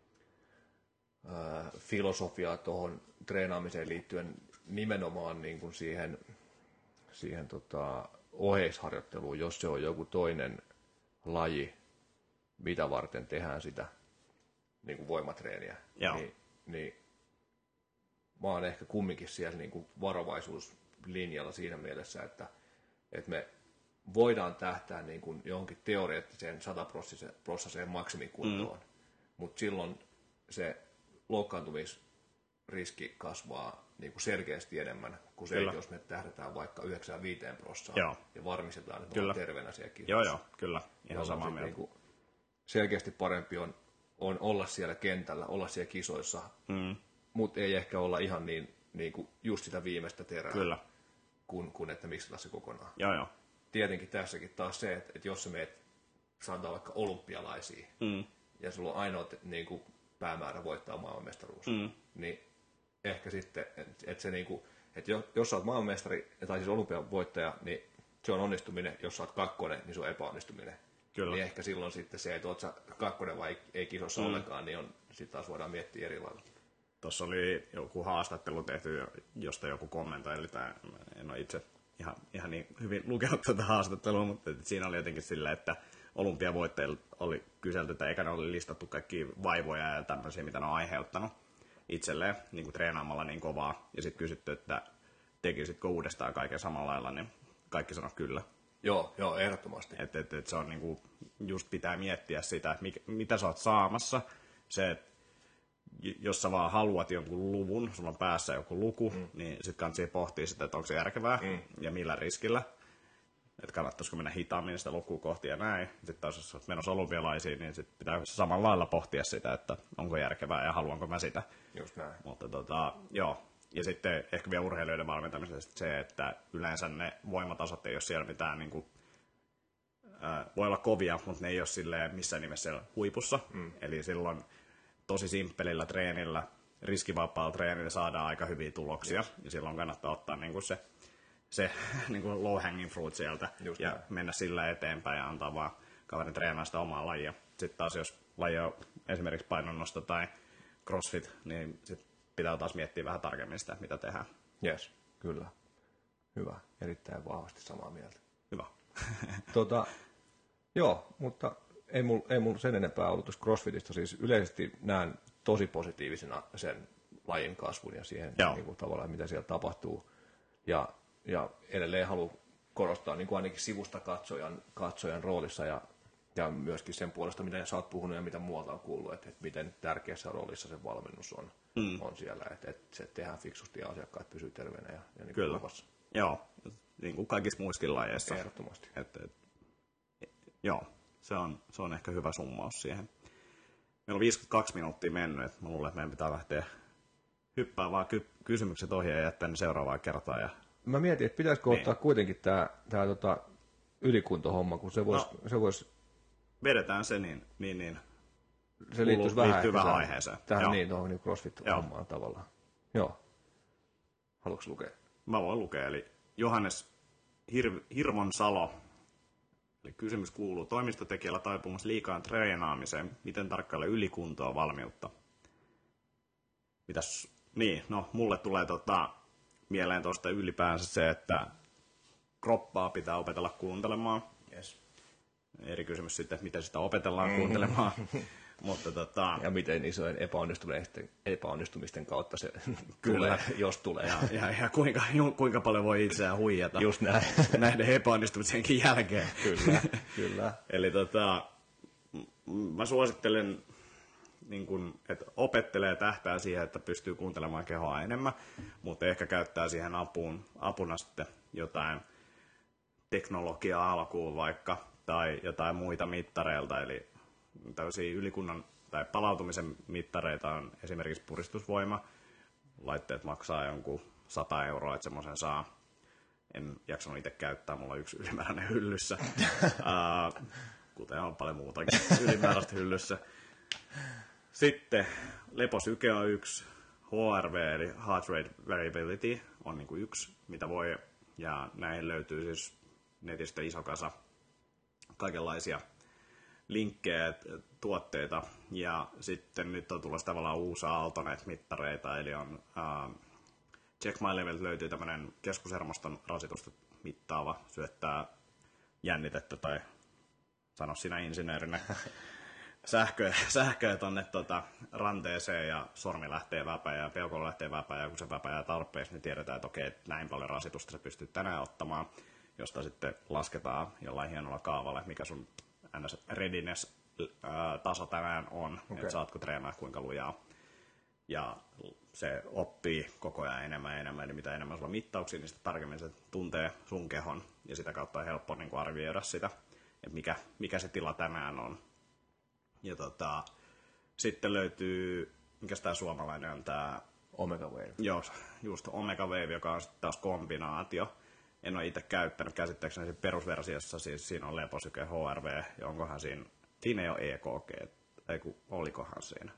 ää, filosofiaa tuohon treenaamiseen liittyen nimenomaan niin kuin siihen, siihen tota, oheisharjoitteluun, jos se on joku toinen laji, mitä varten tehdään sitä niin kuin voimatreeniä, niin, niin mä oon ehkä kumminkin siellä niin kuin varovaisuuslinjalla siinä mielessä, että, että me voidaan tähtää niin kuin johonkin teoreettiseen sataprosenttiseen maksimikuntoon, mm. mutta silloin se loukkaantumisriski kasvaa niin kuin selkeästi enemmän kuin se, kyllä. jos me tähdätään vaikka yhdeksänkymmentäviisi prosenttia ja varmistetaan, että me on terveenä siellä kisossa. Joo, joo, kyllä. Ihan samaa mieltä. Niin selkeästi parempi on, on olla siellä kentällä, olla siellä kisoissa, mm. mutta ei ehkä olla ihan niin, niin kuin just sitä viimeistä terää. Kyllä. kuin, kuin että miksata se kokonaan. Joo, joo. Tietenkin tässäkin taas se, että, että jos sä meet, sanotaan vaikka olympialaisiin, Mm. ja sulla on ainoa niin kuin, päämäärä voittaa maailmanmestaruus, Mm. niin ehkä sitten, että et se niin kuin, että jos, jos sä oot maailmanmestari, tai siis olympian voittaja, niin se on onnistuminen, jos sä oot kakkonen, niin se on epäonnistuminen. Kyllä. Niin ehkä silloin sitten se, että oot sä kakkonen vai ei, ei kisossa mm. ollenkaan, niin on, sitten taas voidaan miettiä eri lailla. Tuossa oli joku haastattelu tehty, josta joku kommentoi, eli tämä, en ole itse ihan, ihan niin hyvin lukenut tätä haastattelua, mutta siinä oli jotenkin silleen, että olympiavoittajilla oli kyselty, että eikä ne ole listattu kaikki vaivoja ja tämmöisiä, mitä ne on aiheuttanut itselleen niin kuin treenaamalla niin kovaa. Ja sitten kysytty, että tekisitkö uudestaan kaiken samalla lailla, niin kaikki sanoi kyllä. Joo, joo, ehdottomasti. Että et, et se on niinku, just pitää miettiä sitä, että mikä, mitä sä oot saamassa. Se, että jos sä vaan haluat jonkun luvun, sulla on päässä joku luku, mm. niin sit kannattaa pohtia sitä, että onko se järkevää mm. ja millä riskillä. Että kannattaisiko mennä hitaammin sitä lukua kohti ja näin. Sitten taas jos olet menossa olympialaisiin, niin sit pitää samalla lailla pohtia sitä, että onko järkevää ja haluanko mä sitä. Just näin. Mutta tota, joo. Ja sitten ehkä vielä urheilijoiden valmentamisesta se, että yleensä ne voimatasot ei ole siellä mitään, niin kuin, ää, voi olla kovia, mutta ne ei ole silleen missään nimessä siellä huipussa. Mm. Eli silloin tosi simppelillä treenillä, riskivapaalla treenillä saadaan aika hyviä tuloksia. Yes. Ja silloin kannattaa ottaa niin kuin se, se niin kuin low hanging fruit sieltä Just ja näin. Mennä sillä eteenpäin ja antaa vaan kaverin treenaa sitä omaa lajia. Sitten taas jos laji on esimerkiksi painonnosto tai crossfit, niin sitten pitää taas miettiä vähän tarkemmin sitä, mitä tehdään. Jes, kyllä. Hyvä. Erittäin vahvasti samaa mieltä. Hyvä. tota, joo, mutta ei mulla ei mul sen enempää ollut tuossa CrossFitista. Siis yleisesti näen tosi positiivisena sen lajin kasvun ja siihen niin kuin, tavallaan, mitä siellä tapahtuu. Ja, ja edelleen haluan korostaa niin kuin ainakin sivusta katsojan, katsojan roolissa ja, ja myöskin sen puolesta, mitä sä oot puhunut ja mitä muualta on kuullut, että, että miten tärkeässä roolissa se valmennus on. Mm. on siellä, että, että se tehdään fiksusti ja asiakkaat pysyy terveenä ja, ja niin Kyllä. Luvassa. Joo, niin kuin kaikissa muissakin lajeissa. Ehdottomasti. Että, et, joo, se on, se on ehkä hyvä summaus siihen. Meillä on viisikymmentäkaksi minuuttia mennyt, että mä luulen, että meidän pitää lähteä hyppää vaan ky- kysymykset ohi ja jättää ne seuraavaan kertaan. Ja... Mä mietin, että pitäisikö niin. ottaa kuitenkin tämä tää, tota, ylikuntohomma, kun se voisi... No, se vois... Vedetään se, niin... niin, niin. Se liittyy vähän, vähän aiheeseen. Tähän Joo. niin, tuohon niin CrossFit-hommaan tavallaan. Joo. Haluatko lukea? Mä voin lukea. Eli Johannes Hir- Hirvonsalo. Eli kysymys kuuluu, toimistotekijällä taipumassa liikaan treenaamiseen. Miten tarkkailla ylikuntoa valmiutta? Mitäs? Niin, no mulle tulee tota, mieleen tuosta ylipäänsä se, että kroppaa pitää opetella kuuntelemaan. Yes. Eri kysymys sitten, että miten sitä opetellaan kuuntelemaan. Mutta tota... Ja miten isojen epäonnistumisten, epäonnistumisten kautta se tulee, jos tulee. Ja, ja, ja kuinka, kuinka paljon voi itseään huijata. Just näin. Näiden epäonnistumisenkin jälkeen. Kyllä, kyllä. Eli tota, mä suosittelen, niin kun, että opettelee tähtää siihen, että pystyy kuuntelemaan kehoa enemmän, mutta ehkä käyttää siihen apuun, apuna sitten jotain teknologiaa alkuun vaikka, tai jotain muita mittareilta, eli tällaisia ylikunnan tai palautumisen mittareita on esimerkiksi puristusvoima. Laitteet maksaa jonkun sata euroa, että semmoisen saa. En jaksanut itse käyttää, mulla on yksi ylimääräinen hyllyssä, uh, kuten on paljon muutakin ylimääräistä hyllyssä. Sitten leposyke on yksi, H R V eli Heart Rate Variability on niin kuin yksi, mitä voi, ja näihin löytyy siis netistä iso kasa kaikenlaisia linkkejä, tuotteita, ja sitten nyt on tulossa tavallaan uusia Altonet-mittareita, eli on uh, Check My Level löytyy tämmöinen keskushermoston rasitusta mittaava, syöttää jännitettä tai sano sinä insinöörinä sähköä, sähköä tonne tota, ranteeseen ja sormi lähtee väpään ja peukalo lähtee väpään, ja kun se väpää tarpeeksi, niin tiedetään, että okei, näin paljon rasitusta sä pystyt tänään ottamaan, josta sitten lasketaan jollain hienolla kaavalla, mikä sun readiness-taso tänään on, okay. Että saatko treenaa kuinka lujaa. Ja se oppii koko ajan enemmän ja enemmän, eli mitä enemmän sulla on mittauksia, niin sitä tarkemmin se tuntee sun kehon, ja sitä kautta on helppo niin kuin arvioida sitä, että mikä, mikä se tila tänään on. Ja tota, sitten löytyy, mikä tämä suomalainen on, tämä Omega Wave. Joo, just Omega Wave, joka on sitten taas kombinaatio. en ole itse käyttänyt. Käsittääkseni siinä perusversiossa siis siinä on leposyke H R V, ja onkohan siinä, siinä ei ole E K G, ei kun olikohan siinä.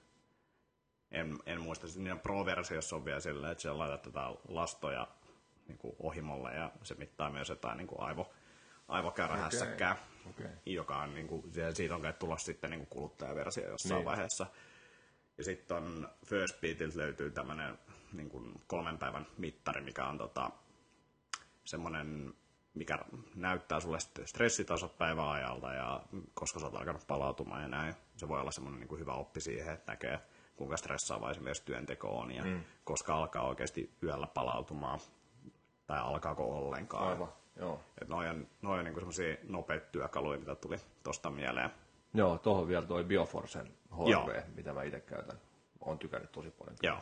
En, en muista, siinä Pro-versiossa on vielä silleen, että siellä laitetaan lastoja niin kuin ohimolle, ja se mittaa myös jotain niin kuin aivo, aivokärähässäkkää, okay. Okay. joka on, niin kuin, siitä on kai tulossa sitten niin kuin kuluttajaversio jossain niin. vaiheessa. Ja sitten on First Beatiltä löytyy tämmöinen niin kuin kolmen päivän mittari, mikä on tota, semmoinen, mikä näyttää sulle stressitasot päivän ajalta, ja koska sä oot alkanut palautumaan ja näin. Se voi olla semmoinen niin kuin hyvä oppi siihen, että näkee, kuinka stressaava esimerkiksi työnteko on, ja mm. koska alkaa oikeasti yöllä palautumaan, tai alkaako ollenkaan. Aivan, joo. Että noi on, noi on niin kuin semmoisia nopeita työkaluja, mitä tuli tosta mieleen. Joo, tuohon vielä toi Bioforcen H R V, mitä mä itse käytän. Oon tykännyt tosi paljon. Joo.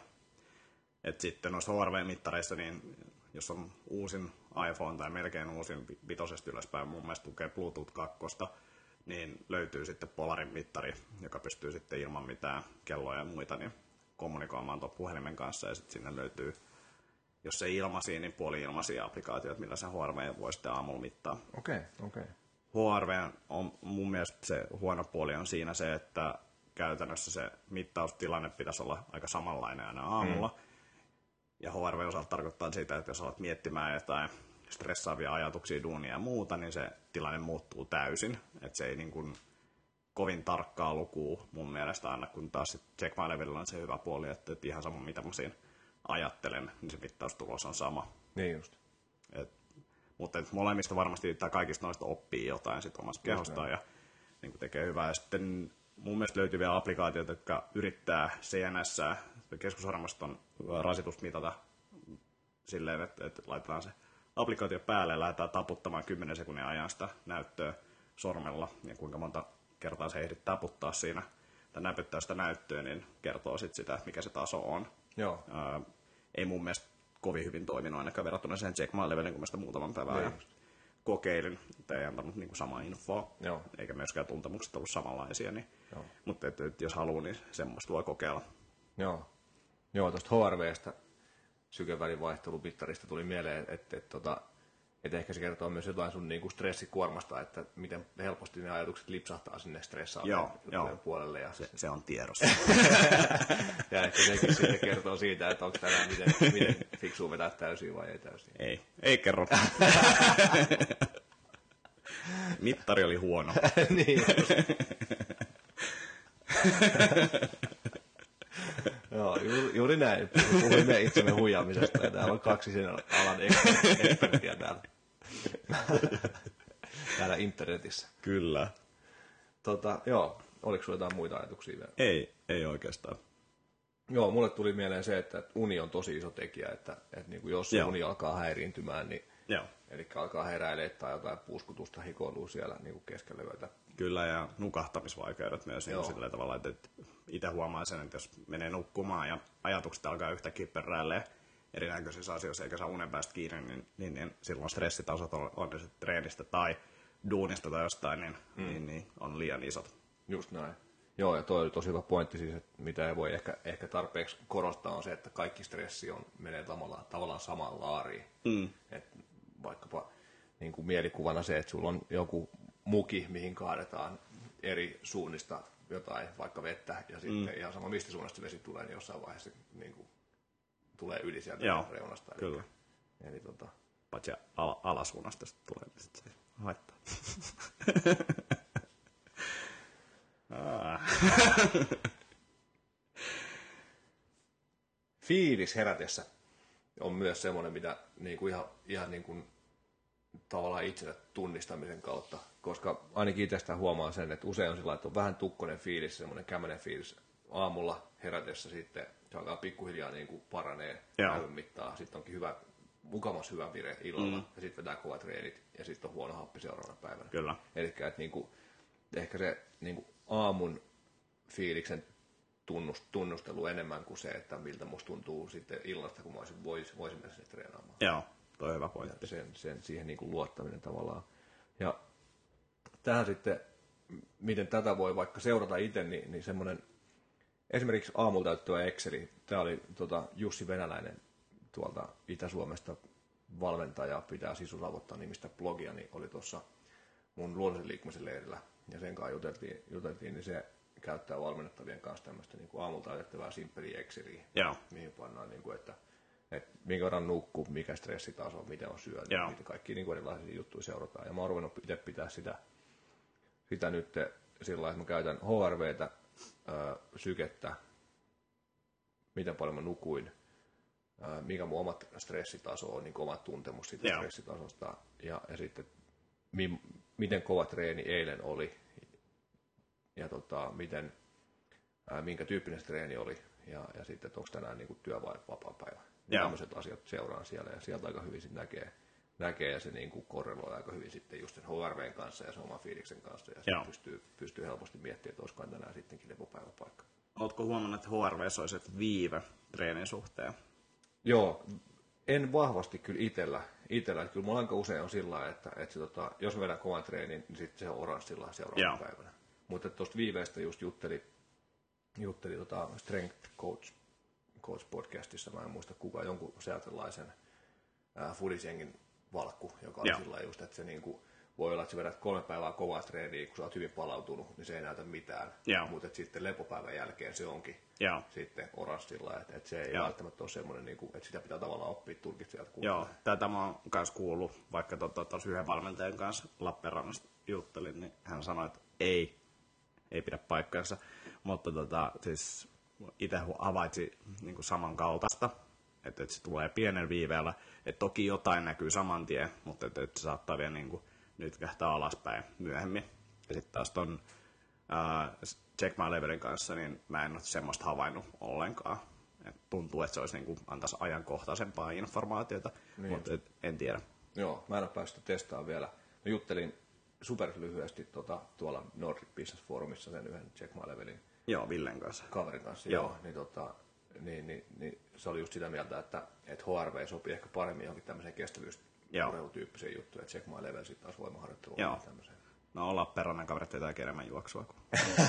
Et sitten noissa H R V-mittareissa, niin jos on uusin iPhone tai melkein uusin vitosesta ylöspäin, mun mielestä tukee Bluetooth kaksi, niin löytyy sitten Polarin mittari, joka pystyy sitten ilman mitään kelloja ja muita niin kommunikoimaan tuon puhelimen kanssa, ja sitten sinne löytyy, jos ei ilmaisia, niin puoli-ilmaisia applikaatioita, millä se H R V voi sitten aamulla mittaa. Okei, okay, okei. Okay. H R V on mun mielestä se huono puoli on siinä se, että käytännössä se mittaustilanne pitäisi olla aika samanlainen aina aamulla. Mm. Ja H R V osalta tarkoittaa sitä, että jos alat miettimään jotain stressaavia ajatuksia, duunia ja muuta, niin se tilanne muuttuu täysin. Että se ei niin kuin kovin tarkkaa lukua mun mielestä aina, kun taas Check My Levelillä on se hyvä puoli, että ihan sama mitä mä siinä ajattelen, niin se mittaustulos on sama. Niin just. Et, mutta et molemmista varmasti tai kaikista noista oppii jotain sit omasta kehostaan ja niin kuin tekee hyvää. Ja sitten mun mielestä löytyy vielä applikaatioita, jotka yrittää C N S, keskusharmaston rasitus mitata silleen, että, että laitetaan se applikaatio päälle ja lähdetään taputtamaan kymmenen sekunnin ajan sitä näyttöä sormella. Ja kuinka monta kertaa se ehdit taputtaa siinä tai näpyttää sitä näyttöä, niin kertoo sitten sitä, mikä se taso on. Joo. Ää, ei mun mielestä kovin hyvin toiminut ainakaan verrattuna siihen Check My Levelin, kun mä sitä muutaman päivän ajan kokeilin. Mutta ei antanut niinku samaa infoa, Joo. eikä myöskään tuntemukset ollut samanlaisia. Niin, mutta et, et, jos haluaa, niin semmoista voi kokeilla. Joo, Joo tuosta H R V:stä sykevälivaihtelumittarista tuli mieleen, että et, et, tota, et ehkä se kertoo myös jotain sun niinku stressikuormasta, että miten helposti ne ajatukset lipsahtaa sinne stressaavien puolelle. Ja se, se on tiedossa. Ja ehkä sekin sitten kertoo siitä, että onko tänään miten, miten fiksuu vetää täysiä vai ei täysiä. Ei, ei kerro. Mittari oli huono. Niin. Joo, juuri, juuri näin. Puhuimme itsemme huijaamisesta ja täällä on kaksi sen alan ekspertiä täällä. täällä internetissä. Kyllä. Tota, joo, oliko sulla jotain muita ajatuksia vielä? Ei, ei oikeastaan. Joo, mulle tuli mieleen se, että uni on tosi iso tekijä, että, että niin kuin jos Joo. uni alkaa häiriintymään, niin Joo. eli alkaa heräilee tai jotain puuskutusta hikoilua siellä niin kuin keskellä yötä. Kyllä, ja nukahtamisvaikeudet myös niin sillä tavalla, että itse huomaa sen, että jos menee nukkumaan ja ajatukset alkaa yhtäkkiä peräilleen erinäköisissä asioissa eikä saa unen päästä kiinni, niin, niin, niin silloin stressitasot on, on ne sitten treenistä tai duunista tai jostain, niin, mm. niin, niin on liian isot. Just näin. Joo, ja toi oli tosi hyvä pointti siis, että mitä ei voi ehkä, ehkä tarpeeksi korostaa on se, että kaikki stressi on, menee tavallaan, tavallaan samaan laariin. Mm. Et vaikkapa niin kuin mielikuvana se, että sulla on joku muki, mihin kaadetaan eri suunnista jotain, vaikka vettä, ja sitten mm. ihan sama mistä suunnasta vesi tulee, niin jossain vaiheessa niin kuin, tulee yli sieltä Joo, reunasta. Eli, kyllä. Eli, tota... Paitsi al- alasuunnasta sitten tulee, niin sitten se haittaa. Fiilis herätessä on myös semmoinen, mitä niin kuin ihan, ihan niin kuin, tavallaan itsensä tunnistamisen kautta, koska ainakin itsestään huomaa sen, että usein on sillä että on vähän tukkonen fiilis, semmoinen kämmenen fiilis aamulla herätessä sitten, se alkaa pikkuhiljaa niin kuin paranee päivän mittaan, sitten onkin hyvä, mukamas hyvä vire illalla, mm. ja sitten vetää kovat treenit, ja sitten on huono happi seuraavana päivänä. Kyllä. Eli että niin kuin, ehkä se niin kuin aamun fiiliksen tunnust, tunnustelu enemmän kuin se, että miltä musta tuntuu sitten illasta, kun mä olisin, vois, voisin mennä sinne treenaamaan. Joo, toi on hyvä pointti. Sen, sen, siihen niin kuin luottaminen tavallaan. Ja tähän sitten, miten tätä voi vaikka seurata itse, niin, niin semmoinen esimerkiksi aamulla täyttyvä Exceli. Tämä oli tota, Jussi Venäläinen tuolta Itä-Suomesta valmentaja pitää Sisu Savottaa nimistä blogia, niin oli tuossa mun luonnollisen liikkumisen leirillä, ja sen kanssa juteltiin, juteltiin niin se käyttää valmennettavien kanssa tämmöistä niin kuin aamulta ajattavaa simppeliä Exceliä, Joo. mihin pannaan, niin kuin, että, että minkä verran nukkuu, mikä stressitaso, miten on syönyt, miten kaikki niin kuin erilaisia juttuja seurataan. Ja mä oon ruvennut itse pitää sitä, sitä nyt sillä lailla, että mä käytän H R V:tä, ää, sykettä, miten paljon mä nukuin, ää, mikä mun omat stressitaso on, niin kuin omat tuntemus siitä Joo. stressitasosta, ja, ja sitten mi, miten kova treeni eilen oli, ja tota, miten, ää, minkä tyyppinen treeni oli, ja, ja sitten, että onko tänään niin kuin työ- vai vapaa-päivä. Ja tämmöiset asiat seuraan siellä, ja sieltä aika hyvin sitten näkee, näkee, ja se niin kuin korreloi aika hyvin sitten just sen H R V:n kanssa ja sen oman fiiliksen kanssa, ja sitten pystyy, pystyy helposti miettimään, että olisiko tänään sittenkin lepopäiväpaikka. Oletko huomannut, että H R V:ssä olisi viive treenin suhteen? Joo, en vahvasti kyllä itsellä. itellä. Kyllä mulla aika usein on sillä lailla, että, että se, tota, jos mä vedän kovan treenin, niin sitten se on oranssilla seuraavana Joo. päivänä. Mutta tuosta viiveestä just jutteli, jutteli tota Strength Coach, Coach podcastissa, mä en muista kuka, jonkun seatelaisen ää, foodisjengin valkku, joka oli sillä just, että se niinku, voi olla, että sä vedät kolme päivää kovaa treeniä, kun sä oot hyvin palautunut, niin se ei näytä mitään. Mutta sitten lepopäivän jälkeen se onkin Joo. sitten oranssilla, että et se ei Joo. välttämättä ole semmoinen, niinku, että sitä pitää tavallaan oppia tulkit sieltä kuuntelemaan. Joo, tätä mä oon myös kuullut, vaikka tuossa tota, yhden valmentajan kanssa Lappeenrannasta juttelin, niin hän sanoi, että ei, ei pidä paikkansa, mutta tota, siis itse havaitsi niin samankaltaista, että, että se tulee pienen viiveellä, että toki jotain näkyy saman tien, mutta että, että se saattaa vielä niin kuin, nyt kähtää alaspäin myöhemmin. Ja sitten taas ton uh, Check My Levelin kanssa, niin mä en ole semmoista havainnut ollenkaan. Et tuntuu, että se olisi niin kuin, antaisi ajankohtaisempaa informaatiota, niin. Mutta et, en tiedä. Joo, mä en ole päässyt testaamaan vielä. Mä juttelin super lyhyesti tuota, tuolla Nordic Business Forumissa sen yhden Check My Levelin Joo, Villen kanssa. Kaverin kanssa, joo. joo niin, tota, niin, niin, niin, se oli just sitä mieltä, että, että H R V sopii ehkä paremmin johonkin tämmöiseen kestävyysurheilutyyppiseen juttuun, että Check My Level sitten taas voimaharjoittelua. Joo. No ollaan peräinen kaverit vetää enemmän juoksua kuin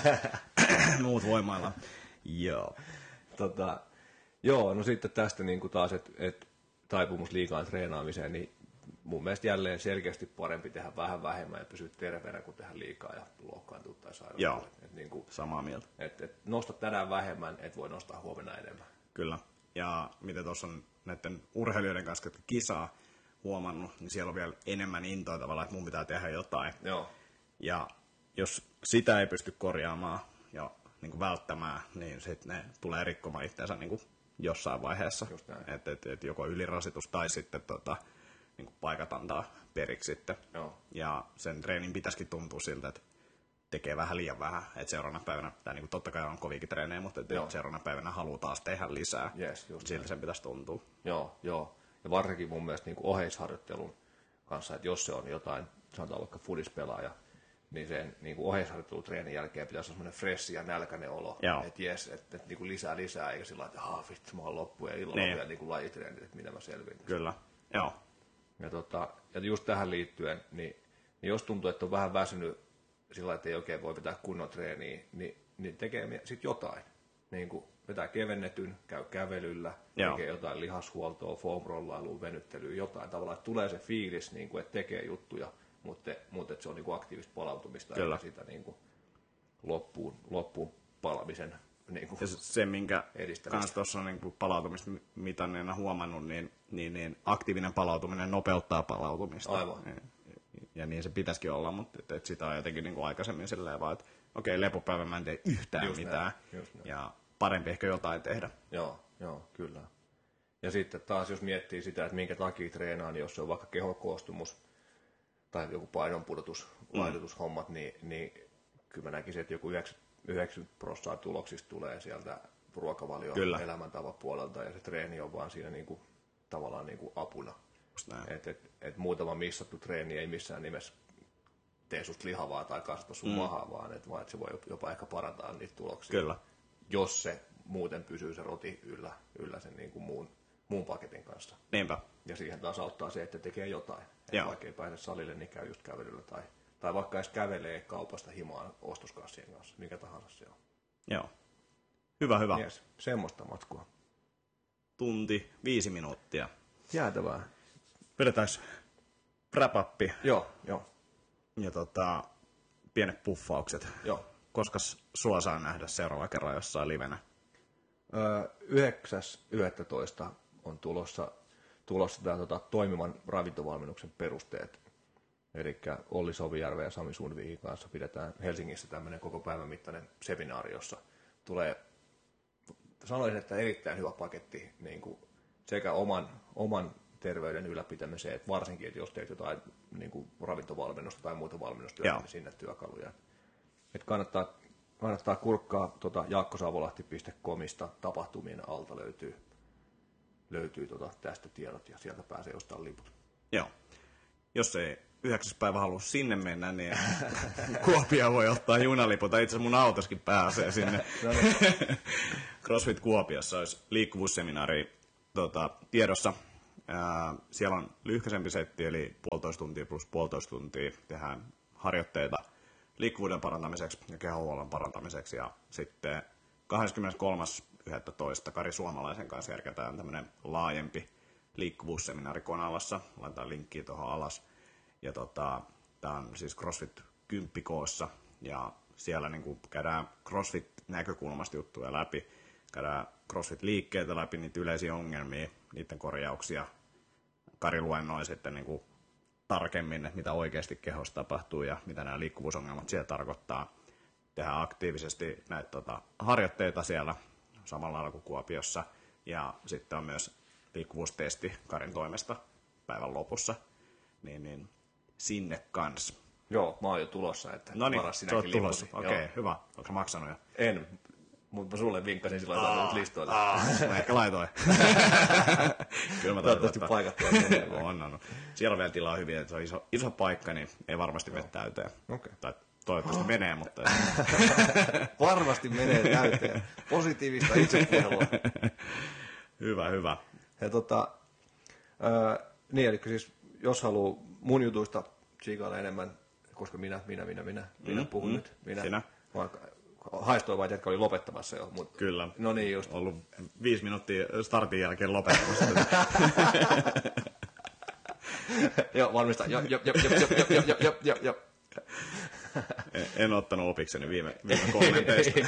muut voimailla. Joo. Tota, joo, no sitten tästä niin kuin taas, että et taipumus liikaan treenaamiseen, niin mun mielestä jälleen selkeästi parempi tehdä vähän vähemmän ja pysyä terveenä kuin tehdä liikaa ja loukkaantua tai sairastua. Joo, et niin kuin, samaa mieltä. Että et nosta tänään vähemmän, et voi nostaa huomenna enemmän. Kyllä. Ja mitä tuossa on näiden urheilijoiden kanssa, jotka kisaa huomannut, niin siellä on vielä enemmän intoa tavallaan, että mun pitää tehdä jotain. Joo. Ja jos sitä ei pysty korjaamaan ja niin kuin välttämään, niin sitten ne tulee rikkomaan itseänsä niin kuin jossain vaiheessa. Että et, et joko ylirasitus tai sitten tota, niin kuin paikat antaa periksi sitten. Joo. Ja sen treenin pitäisikin tuntua siltä, että tekee vähän liian vähän. Että seuraavana päivänä, tai niin kuin totta kai on koviakin treenejä, mutta että seuraavana päivänä haluaa taas tehdä lisää. Yes, siltä sen pitäisi tuntua. Joo, joo. Ja varsinkin mun mielestä niin kuin oheisharjoittelun kanssa, että jos se on jotain, sanotaan vaikka foodispelaaja, niin sen niin kuin oheisharjoittelutreenin jälkeen pitäisi olla semmoinen fresh ja nälkäinen olo. Että jes, että et, niin kuin lisää lisää, eikä sillä että aah vittu, mä oon loppu ja illalla niin. vielä niin kuin lajitreenit, että mitä mä selviin. Kyllä, joo. Ja, tota, ja just tähän liittyen, niin, niin jos tuntuu, että on vähän väsynyt sillä että ei oikein voi pitää kunnon treeniä, niin, niin tekee sitten jotain. Niin kuin vetää kevennetyn, käy kävelyllä, Joo. tekee jotain lihashuoltoa, foam-rollailua, venyttelyä, jotain tavallaan, että tulee se fiilis, niin kuin, että tekee juttuja, mutta, mutta että se on niin kuin aktiivista palautumista Kyllä. eikä sitä niin kuin loppuun, loppuun palamisen niin kuin ja se, minkä kanssa tuossa on niin palautumista mitanneena huomannut, niin, niin, niin aktiivinen palautuminen nopeuttaa palautumista. Aivan. Ja, ja niin se pitäisikin olla, mutta et, et sitä on jotenkin niin kuin aikaisemmin silleen vaan, että okei, okay, lepopäivä mä en tee yhtään just mitään. Näin, ja parempi ehkä jotain tehdä. Joo, joo, kyllä. Ja sitten taas jos miettii sitä, että minkä takia treenaa, niin jos se on vaikka kehokoostumus tai joku painonpudotus, mm. laihdutushommat, niin, niin kyllä mä näkisin, että joku yhdeksänkymmentä prosenttia tuloksista tulee sieltä ruokavalion elämäntavan puolelta, ja se treeni on vaan siinä niin kuin, tavallaan niin kuin apuna. Että et, et muutama missattu treeni ei missään nimessä tee susta lihavaa tai kasvata sun mm. mahaa, vaan että et se voi jopa ehkä parantaa niitä tuloksia. Kyllä. Jos se muuten pysyy se roti yllä, yllä sen niin kuin muun, muun paketin kanssa. Niinpä. Ja siihen taas auttaa se, että tekee jotain. Että vaikka ei pääse salille, niin käy just kävelyllä. Tai, tai vaikka edes kävelee kaupasta himaan ostoskassien kanssa, mikä tahansa se on. Joo. Hyvä, hyvä. Yes, semmoista matkua. Tunti, viisi minuuttia. Jäätävää. Vedetäänkö wrap-up Joo, joo. ja tota, pienet puffaukset? Joo. Koska sua saa nähdä seuraava kerran jossain livenä? yhdeksäs yhdestoista on tulossa, tulossa tämä tota, toimivan ravintovalmennuksen perusteet. Eli Olli Sovijärven ja Sami Sundvikin kanssa pidetään Helsingissä tämmöinen koko päivän mittainen seminaari, jossa tulee, sanoisin, että erittäin hyvä paketti niin kuin sekä oman, oman terveyden ylläpitämiseen, että varsinkin, että jos teet jotain niin kuin ravintovalmennusta tai muuta valmennustyötä, niin sinne työkaluja. Että kannattaa, kannattaa kurkkaa tuota jaakkosavolahti piste comista tapahtumien alta löytyy, löytyy tuota tästä tiedot ja sieltä pääsee ostamaan liput. Joo. Jos ei yhdeksäs päivä halua sinne mennä, niin Kuopio voi ottaa junaliput. Itse asiassa mun autoskin pääsee sinne. No niin. CrossFit Kuopiossa olisi liikkuvuusseminaari tota, tiedossa. Ää, siellä on lyhkäisempi setti, eli puolitoista tuntia plus puolitoista tuntia. Tehdään harjoitteita liikkuvuuden parantamiseksi ja kehonhuollon parantamiseksi. Ja sitten kahdeskymmeneskolmas yhdestoista Kari Suomalaisen kanssa järkätään tämmöinen laajempi liikkuvuusseminaari Konalassa. Laitetaan linkkiä tuohon alas. Ja tota, tämä on siis CrossFit kymmenen koossa ja siellä niin kuin käydään CrossFit-näkökulmasta juttuja läpi. Käydään CrossFit-liikkeitä läpi, niitä yleisiä ongelmia, niiden korjauksia. Kari luennoi sitten niin kuin tarkemmin, että mitä oikeasti kehossa tapahtuu ja mitä nämä liikkuvuusongelmat siellä tarkoittaa. Tehdään aktiivisesti näitä tota, harjoitteita siellä samalla lailla kuin Kuopiossa. Ja sitten on myös liikkuvuustesti Karin toimesta päivän lopussa. Niin, niin sinne kans. Joo, mä oon jo tulossa, että Noniin, varas sinäkin lipusi. Okei, okay, hyvä. Onko maksanut jo? En, mutta mä sulle vinkkasin sillä lailla nyt listoille. Mä ehkä laitoin. Kyllä mä toivottavasti paikat tuolla. on, on. Siellä on vielä tilaa hyvin, että se on iso, iso paikka, niin ei varmasti mene täyteen. Okay. Tai toivottavasti menee, mutta... Varmasti menee täyteen. Positiivista itsepuhelua. Hyvä, hyvä. Ja tota, äh, niin, eli siis jos haluaa mun jutuista tsiikailla enemmän, koska minä, minä, minä, minä, minä mm, puhun mm, nyt. Minä, sinä. Haistoin vaan, että jätkä oli lopettamassa jo. Mutta, kyllä. No niin just. Ollut viisi minuuttia startin jälkeen lopettamassa. Joo, valmista. Jop, jop, jop, jop, jop, jop, jop, jop, jop, jop. En, en ottanut opikseni viime, viime kommenteista.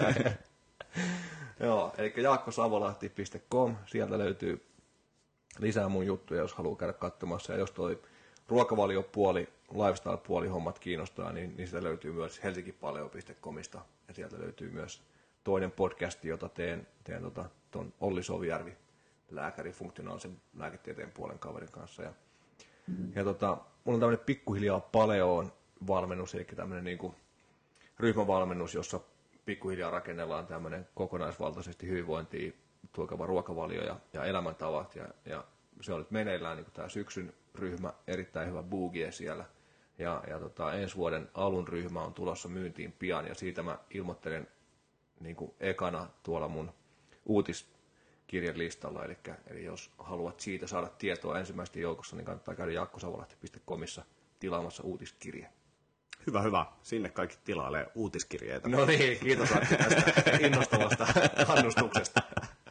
Joo, eli jaakkosavolahti piste com, sieltä löytyy lisää mun juttuja, jos haluaa käydä katsomassa. Ja jos toi ruokavaliopuoli, lifestyle-puoli hommat kiinnostaa, niin, niin sitä löytyy myös helsingipaleo piste comista. Ja sieltä löytyy myös toinen podcasti, jota teen, teen tota, ton Olli Sovijärvi, lääkäri, funktionaalisen lääketieteen puolen kaverin kanssa. Ja, ja tota, mulla on tämmöinen pikkuhiljaa paleoon valmennus, eli tämmöinen niinku ryhmävalmennus, jossa pikkuhiljaa rakennellaan tämmöinen kokonaisvaltaisesti hyvinvointiin tuokava ruokavalio ja, ja elämäntavat. Ja, ja se on nyt meneillään niin tämä syksyn ryhmä, erittäin hyvä boogie siellä. Ja, ja tota, ensi vuoden alun ryhmä on tulossa myyntiin pian ja siitä mä ilmoittelen niin kuin ekana tuolla mun uutiskirjan listalla. Eli, eli jos haluat siitä saada tietoa ensimmäistä joukossa, niin kannattaa käydä jaakkosavolahti piste comissa tilaamassa uutiskirje. Hyvä, hyvä. Sinne kaikki tilailee uutiskirjeitä. No niin, kiitos Antti tästä innostavasta kannustuksesta.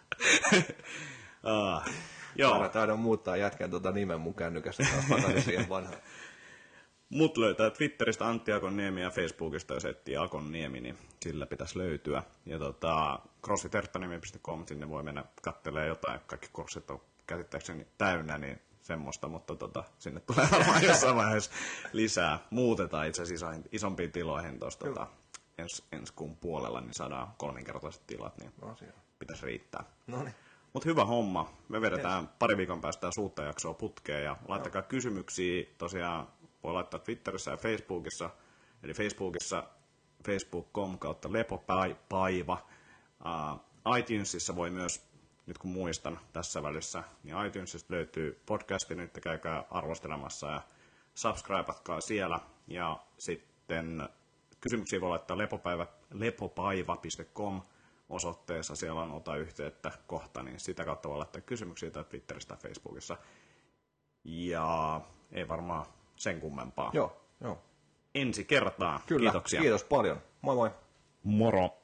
uh, joo. Taidan muuttaa jätkän tuota nimen mun kännykässä taas takaisin siihen vanhaan. Mut löytää Twitteristä Antti Akonniemi ja Facebookista, jos etsii Akonniemi, niin sillä pitäisi löytyä. Ja tota, crossfit erttanimi piste com, sinne voi mennä katselemaan jotain. Kaikki kurssit on käsittääkseni täynnä, niin semmoista, mutta tota, sinne tulee varmaan jossain vaiheessa lisää. Muutetaan itse asiassa isompiin tiloihin tuossa tota, ens, ensi kuun puolella, niin saadaan kolminkertaiset tilat, niin Asia. pitäisi riittää. Noniin. Mutta hyvä homma. Me vedetään yes. pari viikon päästä uutta jaksoa putkeen ja laittakaa no. kysymyksiä. Tosiaan voi laittaa Twitterissä ja Facebookissa. Eli Facebookissa facebook piste com kautta lepopaiva. Uh, iTunesissa voi myös, nyt kun muistan tässä välissä, niin iTunesista löytyy podcasti. Nyt käykää arvostelemassa ja subscribeatkaa siellä. Ja sitten kysymyksiä voi laittaa lepopäivä, lepopaiva piste com osoitteessa. Siellä on ota yhteyttä kohta, niin sitä kautta voi laittaa kysymyksiä tai Twitteristä tai Facebookissa. Ja ei varmaan sen kummempaa. Joo, joo. Ensi kertaa. Kyllä, Kiitoksia. Kiitos paljon. Moi moi. Moro.